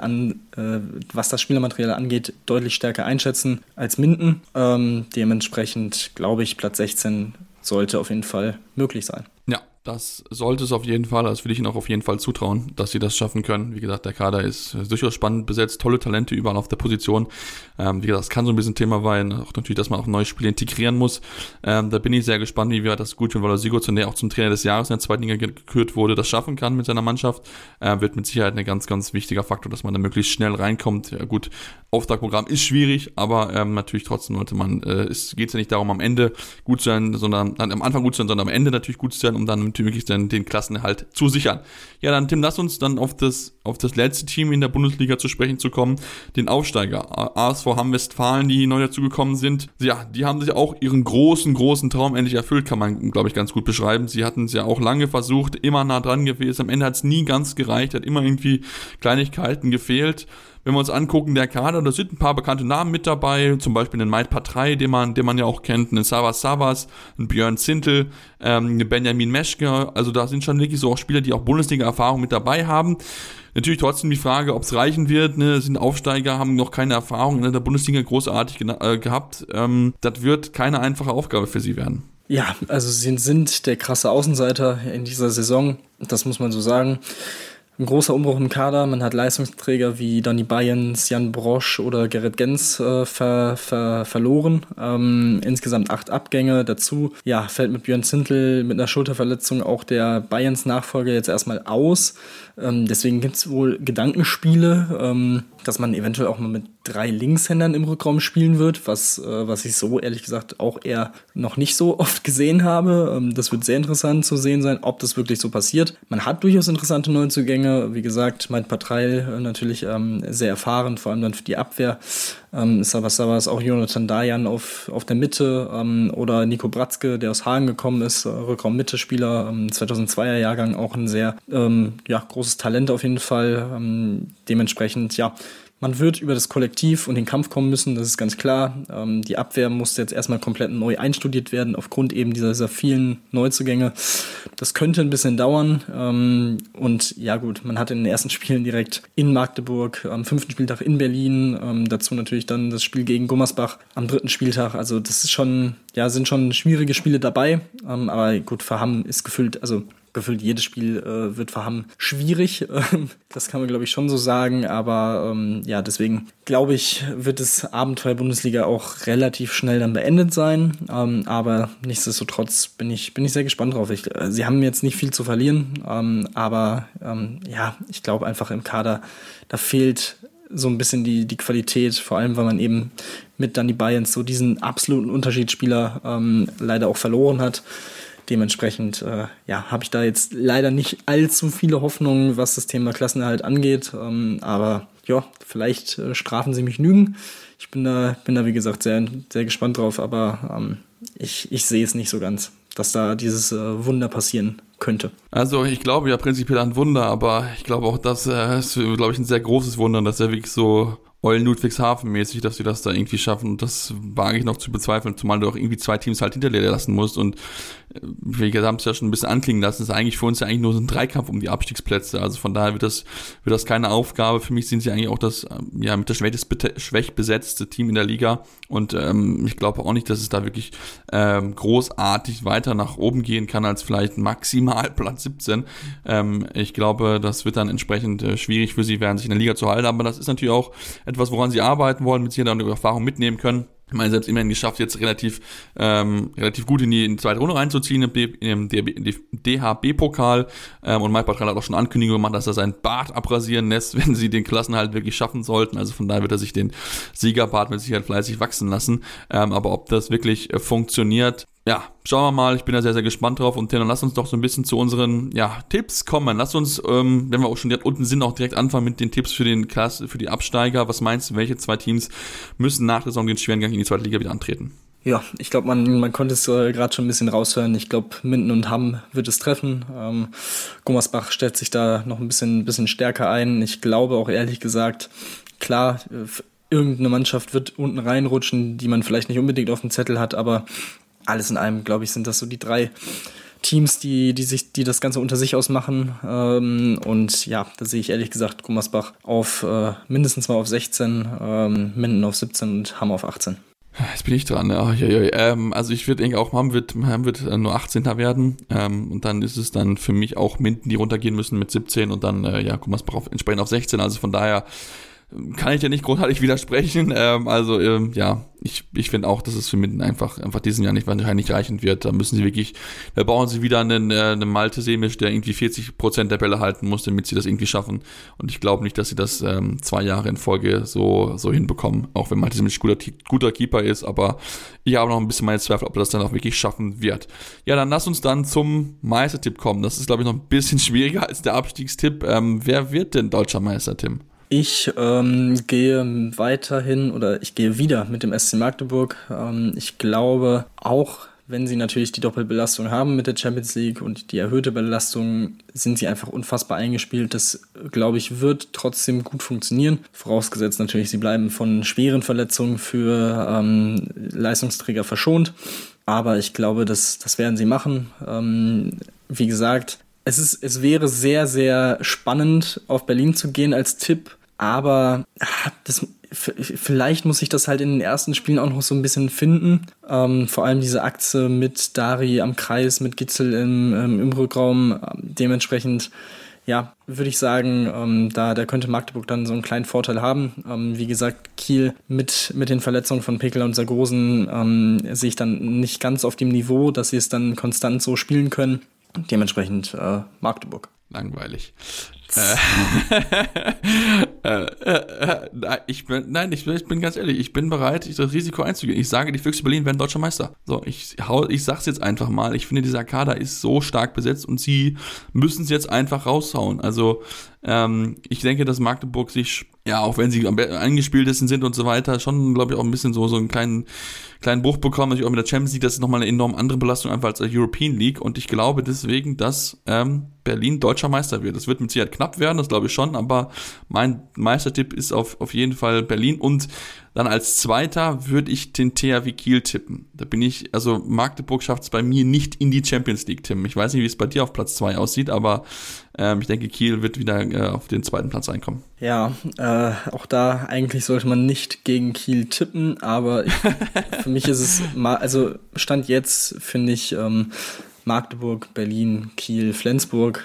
was das Spielermaterial angeht, deutlich stärker einschätzen als Minden. Dementsprechend glaube ich, Platz 16 sollte auf jeden Fall möglich sein. Ja, das sollte es auf jeden Fall, das will ich ihnen auch auf jeden Fall zutrauen, dass sie das schaffen können. Wie gesagt, der Kader ist durchaus spannend besetzt, tolle Talente überall auf der Position. Wie gesagt, das kann so ein bisschen Thema sein, auch natürlich, dass man auch neue Spiele integrieren muss. Da bin ich sehr gespannt, wie wir das gut finden, weil der Sigurdsson, der auch zum Trainer des Jahres in der zweiten Liga gekürt wurde, das schaffen kann mit seiner Mannschaft. Wird mit Sicherheit ein ganz, ganz wichtiger Faktor, dass man da möglichst schnell reinkommt. Ja gut, Auftragprogramm ist schwierig, aber natürlich trotzdem sollte man, es geht ja nicht darum, am Ende gut zu sein, sondern am Anfang gut zu sein, sondern am Ende natürlich gut zu sein, um dann wirklich dann den Klassenerhalt zu sichern. Ja, dann Tim, lass uns dann auf das letzte Team in der Bundesliga zu sprechen zu kommen, den Aufsteiger, ASV Hamm-Westfalen, die neu dazugekommen sind. Ja, die haben sich auch ihren großen Traum endlich erfüllt, kann man, glaube ich, ganz gut beschreiben. Sie hatten es ja auch lange versucht, immer nah dran gewesen, am Ende hat es nie ganz gereicht, hat immer irgendwie Kleinigkeiten gefehlt. Wenn wir uns angucken, der Kader, da sind ein paar bekannte Namen mit dabei, zum Beispiel den Maid Patrei, den man ja auch kennt, einen Savas, einen Björn Zintel, einen Benjamin Meschke, also da sind schon wirklich so auch Spieler, die auch Bundesliga-Erfahrung mit dabei haben. Natürlich trotzdem die Frage, ob es reichen wird, ne? Sind Aufsteiger, haben noch keine Erfahrung in der Bundesliga großartig gehabt. Das wird keine einfache Aufgabe für sie werden. Ja, also sie sind der krasse Außenseiter in dieser Saison, das muss man so sagen. Ein großer Umbruch im Kader. Man hat Leistungsträger wie Danny Bayens, Jan Brosch oder Gerrit Gens verloren. Insgesamt 8 Abgänge. Dazu fällt mit Björn Zintel mit einer Schulterverletzung auch der Bayens-Nachfolger jetzt erstmal aus. Deswegen gibt es wohl Gedankenspiele, dass man eventuell auch mal mit 3 Linkshändern im Rückraum spielen wird, was ich so ehrlich gesagt auch eher noch nicht so oft gesehen habe. Das wird sehr interessant zu sehen sein, ob das wirklich so passiert. Man hat durchaus interessante Neuzugänge. Wie gesagt, Maid Patrei natürlich sehr erfahren, vor allem dann für die Abwehr. Savas, auch Jonathan Dayan auf der Mitte oder Nico Bratzke, der aus Hagen gekommen ist, Rückraum-Mitte-Spieler, 2002er Jahrgang, auch ein sehr großes Talent auf jeden Fall. Dementsprechend, man wird über das Kollektiv und den Kampf kommen müssen, das ist ganz klar. Die Abwehr musste jetzt erstmal komplett neu einstudiert werden, aufgrund eben dieser vielen Neuzugänge. Das könnte ein bisschen dauern. Und ja gut, man hat in den ersten Spielen direkt in Magdeburg, am 5. Spieltag in Berlin, dazu natürlich dann das Spiel gegen Gummersbach am 3. Spieltag. Also das ist sind schon schwierige Spiele dabei. Aber gut, für Hamm ist gefühlt gefühlt jedes Spiel wird für Hamm schwierig. Das kann man, glaube ich, schon so sagen. Aber deswegen glaube ich, wird das Abenteuer Bundesliga auch relativ schnell dann beendet sein. Aber nichtsdestotrotz bin ich sehr gespannt drauf. Sie haben jetzt nicht viel zu verlieren. Aber ich glaube einfach im Kader, da fehlt so ein bisschen die Qualität, vor allem weil man eben mit Danny Bayerns so diesen absoluten Unterschiedsspieler leider auch verloren hat. Dementsprechend habe ich da jetzt leider nicht allzu viele Hoffnungen, was das Thema Klassenerhalt angeht. Aber ja, vielleicht strafen sie mich Lügen. Ich bin da wie gesagt sehr, sehr gespannt drauf, aber ich sehe es nicht so ganz, dass da dieses Wunder passieren könnte. Also ich glaube ja prinzipiell an Wunder, aber ich glaube auch, dass es, glaube ich, ein sehr großes Wunder, dass er wirklich so Eulen-Ludwigshafen-mäßig, dass sie das da irgendwie schaffen. Und das wage ich noch zu bezweifeln, zumal du auch irgendwie 2 Teams halt hinter dir lassen musst. Und wir haben es ja schon ein bisschen anklingen lassen, es ist eigentlich für uns ja eigentlich nur so ein Dreikampf um die Abstiegsplätze. Also von daher wird das keine Aufgabe. Für mich sind sie eigentlich auch das mit der schwäch besetzte Team in der Liga. Und ich glaube auch nicht, dass es da wirklich großartig weiter nach oben gehen kann als vielleicht maximal Platz 17. Ich glaube, das wird dann entsprechend schwierig für sie werden, sich in der Liga zu halten. Aber das ist natürlich auch etwas, woran sie arbeiten wollen, mit sich dann eine Erfahrung mitnehmen können. Ich meine, selbst immerhin geschafft, jetzt relativ gut in die zweite Runde reinzuziehen im DHB-Pokal. Und Mike Bartrell hat auch schon Ankündigungen gemacht, dass er seinen Bart abrasieren lässt, wenn sie den Klassenerhalt wirklich schaffen sollten. Also von daher wird er sich den Siegerbart mit Sicherheit fleißig wachsen lassen. Aber ob das wirklich funktioniert, ja, schauen wir mal. Ich bin da sehr, sehr gespannt drauf. Und dann lass uns doch so ein bisschen zu unseren Tipps kommen. Lass uns, wenn wir auch schon direkt unten sind, auch direkt anfangen mit den Tipps für die Absteiger. Was meinst du, welche 2 Teams müssen nach der Saison den schweren Gang in die zweite Liga wieder antreten? Ja, ich glaube, man konnte es gerade schon ein bisschen raushören. Ich glaube, Minden und Hamm wird es treffen. Gummersbach stellt sich da noch ein bisschen stärker ein. Ich glaube auch ehrlich gesagt, klar, irgendeine Mannschaft wird unten reinrutschen, die man vielleicht nicht unbedingt auf dem Zettel hat, aber alles in allem, glaube ich, sind das so die 3 Teams, die das Ganze unter sich ausmachen. Und ja, da sehe ich ehrlich gesagt Gummersbach auf mindestens mal auf 16, Minden auf 17 und Hamm auf 18. Jetzt bin ich dran. Also ich würde denke auch, Hamm wird nur 18. werden. Und dann ist es dann für mich auch Minden, die runtergehen müssen mit 17 und dann Gummersbach entsprechend auf 16. Also von daher kann ich ja nicht großartig widersprechen. Ich finde auch, dass es für Minden einfach diesen Jahr nicht wahrscheinlich reichen wird. Da brauchen sie wieder einen Malte Semisch, der irgendwie 40% der Bälle halten muss, damit sie das irgendwie schaffen. Und ich glaube nicht, dass sie das 2 Jahre in Folge so hinbekommen. Auch wenn Malte Semisch guter Keeper ist, aber ich habe noch ein bisschen meine Zweifel, ob er das dann auch wirklich schaffen wird. Ja, dann lass uns dann zum Meistertipp kommen. Das ist, glaube ich, noch ein bisschen schwieriger als der Abstiegstipp. Wer wird denn deutscher Meister, Tim? Ich gehe wieder mit dem SC Magdeburg. Ich glaube, auch wenn sie natürlich die Doppelbelastung haben mit der Champions League und die erhöhte Belastung, sind sie einfach unfassbar eingespielt. Das, glaube ich, wird trotzdem gut funktionieren. Vorausgesetzt natürlich, sie bleiben von schweren Verletzungen für Leistungsträger verschont. Aber ich glaube, das werden sie machen. Wie gesagt, es wäre sehr, sehr spannend, auf Berlin zu gehen als Tipp, aber vielleicht muss ich das halt in den ersten Spielen auch noch so ein bisschen finden. Vor allem diese Achse mit Dari am Kreis, mit Gitzel im Rückraum. Dementsprechend, ja, würde ich sagen, da könnte Magdeburg dann so einen kleinen Vorteil haben. Wie gesagt, Kiel mit den Verletzungen von Pekeler und Sargosen sehe ich dann nicht ganz auf dem Niveau, dass sie es dann konstant so spielen können. Dementsprechend Magdeburg. Langweilig. Ich bin ganz ehrlich, ich bin bereit, das Risiko einzugehen. Ich sage, die Füchse Berlin werden deutscher Meister. So, ich sag's jetzt einfach mal. Ich finde, dieser Kader ist so stark besetzt und sie müssen es jetzt einfach raushauen. Also, ich denke, dass Magdeburg sich, ja, auch wenn sie am eingespieltesten sind und so weiter, schon, glaube ich, auch ein bisschen so einen kleinen Bruch bekommen. Natürlich auch mit der Champions League, das ist nochmal eine enorm andere Belastung einfach als der European League. Und ich glaube deswegen, dass Berlin deutscher Meister wird. Das wird mit Sicherheit knapp werden, das glaube ich schon, aber mein Meistertipp ist auf jeden Fall Berlin. Und dann als Zweiter würde ich den THW Kiel tippen. Magdeburg schafft es bei mir nicht in die Champions League, Tim. Ich weiß nicht, wie es bei dir auf Platz 2 aussieht, aber ich denke, Kiel wird wieder auf den 2. Platz reinkommen. Ja, auch da eigentlich sollte man nicht gegen Kiel tippen, aber für mich ist es Stand jetzt, finde ich, Magdeburg, Berlin, Kiel, Flensburg.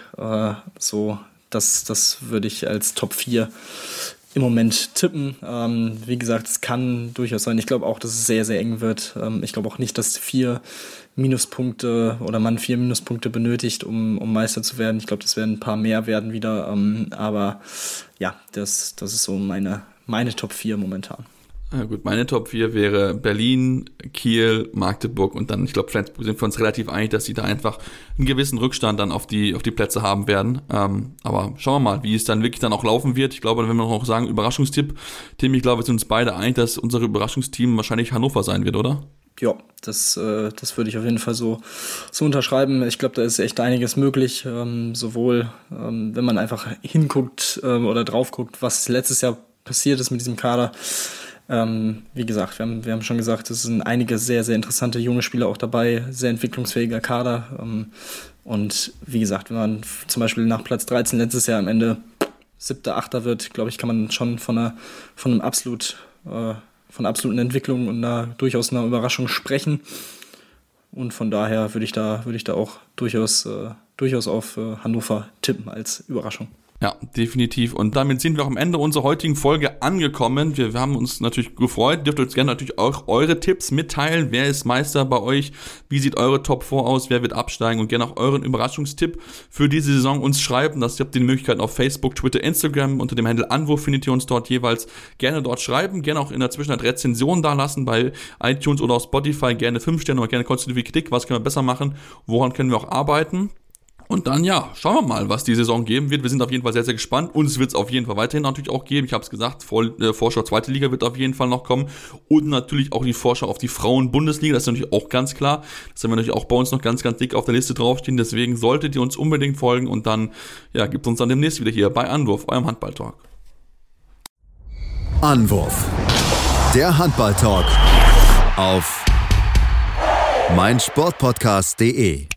Das würde ich als Top 4 im Moment tippen. Wie gesagt, es kann durchaus sein. Ich glaube auch, dass es sehr, sehr eng wird. Ich glaube auch nicht, dass 4 Minuspunkte oder man 4 Minuspunkte benötigt, um Meister zu werden. Ich glaube, das werden ein paar mehr werden wieder. Aber ja, das ist so meine Top 4 momentan. Ja gut, meine Top 4 wäre Berlin, Kiel, Magdeburg und dann, ich glaube, Flensburg sind wir uns relativ einig, dass sie da einfach einen gewissen Rückstand dann auf die Plätze haben werden. Aber schauen wir mal, wie es dann wirklich dann auch laufen wird. Ich glaube, wenn wir noch sagen, Überraschungstipp, Tim, ich glaube, wir sind uns beide einig, dass unser Überraschungsteam wahrscheinlich Hannover sein wird, oder? Ja, das würde ich auf jeden Fall so unterschreiben. Ich glaube, da ist echt einiges möglich, sowohl wenn man einfach hinguckt oder drauf guckt, was letztes Jahr passiert ist mit diesem Kader. Wie gesagt, wir haben schon gesagt, es sind einige sehr, sehr interessante junge Spieler auch dabei, sehr entwicklungsfähiger Kader. Und wie gesagt, wenn man zum Beispiel nach Platz 13 letztes Jahr am Ende 7., 8. wird, glaube ich, kann man schon von einer absoluten Entwicklung und durchaus einer Überraschung sprechen. Und von daher würde ich da auch durchaus auf Hannover tippen als Überraschung. Ja, definitiv. Und damit sind wir auch am Ende unserer heutigen Folge angekommen. Wir haben uns natürlich gefreut. Dürft uns gerne natürlich auch eure Tipps mitteilen. Wer ist Meister bei euch? Wie sieht eure Top 4 aus? Wer wird absteigen? Und gerne auch euren Überraschungstipp für diese Saison uns schreiben. Ihr habt die Möglichkeit auf Facebook, Twitter, Instagram. Unter dem Handle Anwurf findet ihr uns dort jeweils. Gerne dort schreiben. Gerne auch in der Zwischenzeit Rezensionen da lassen bei iTunes oder auf Spotify. Gerne 5 Sterne oder gerne konstruktive Kritik. Was können wir besser machen? Woran können wir auch arbeiten? Und dann, ja, schauen wir mal, was die Saison geben wird. Wir sind auf jeden Fall sehr, sehr gespannt. Uns wird es auf jeden Fall weiterhin natürlich auch geben. Ich habe es gesagt, Vorschau zweite Liga wird auf jeden Fall noch kommen. Und natürlich auch die Vorschau auf die Frauen-Bundesliga. Das ist natürlich auch ganz klar. Das haben wir natürlich auch bei uns noch ganz, ganz dick auf der Liste draufstehen. Deswegen solltet ihr uns unbedingt folgen. Und dann, ja, gibt uns dann demnächst wieder hier bei Anwurf, eurem Handball-Talk. Anwurf. Der Handball-Talk auf meinsportpodcast.de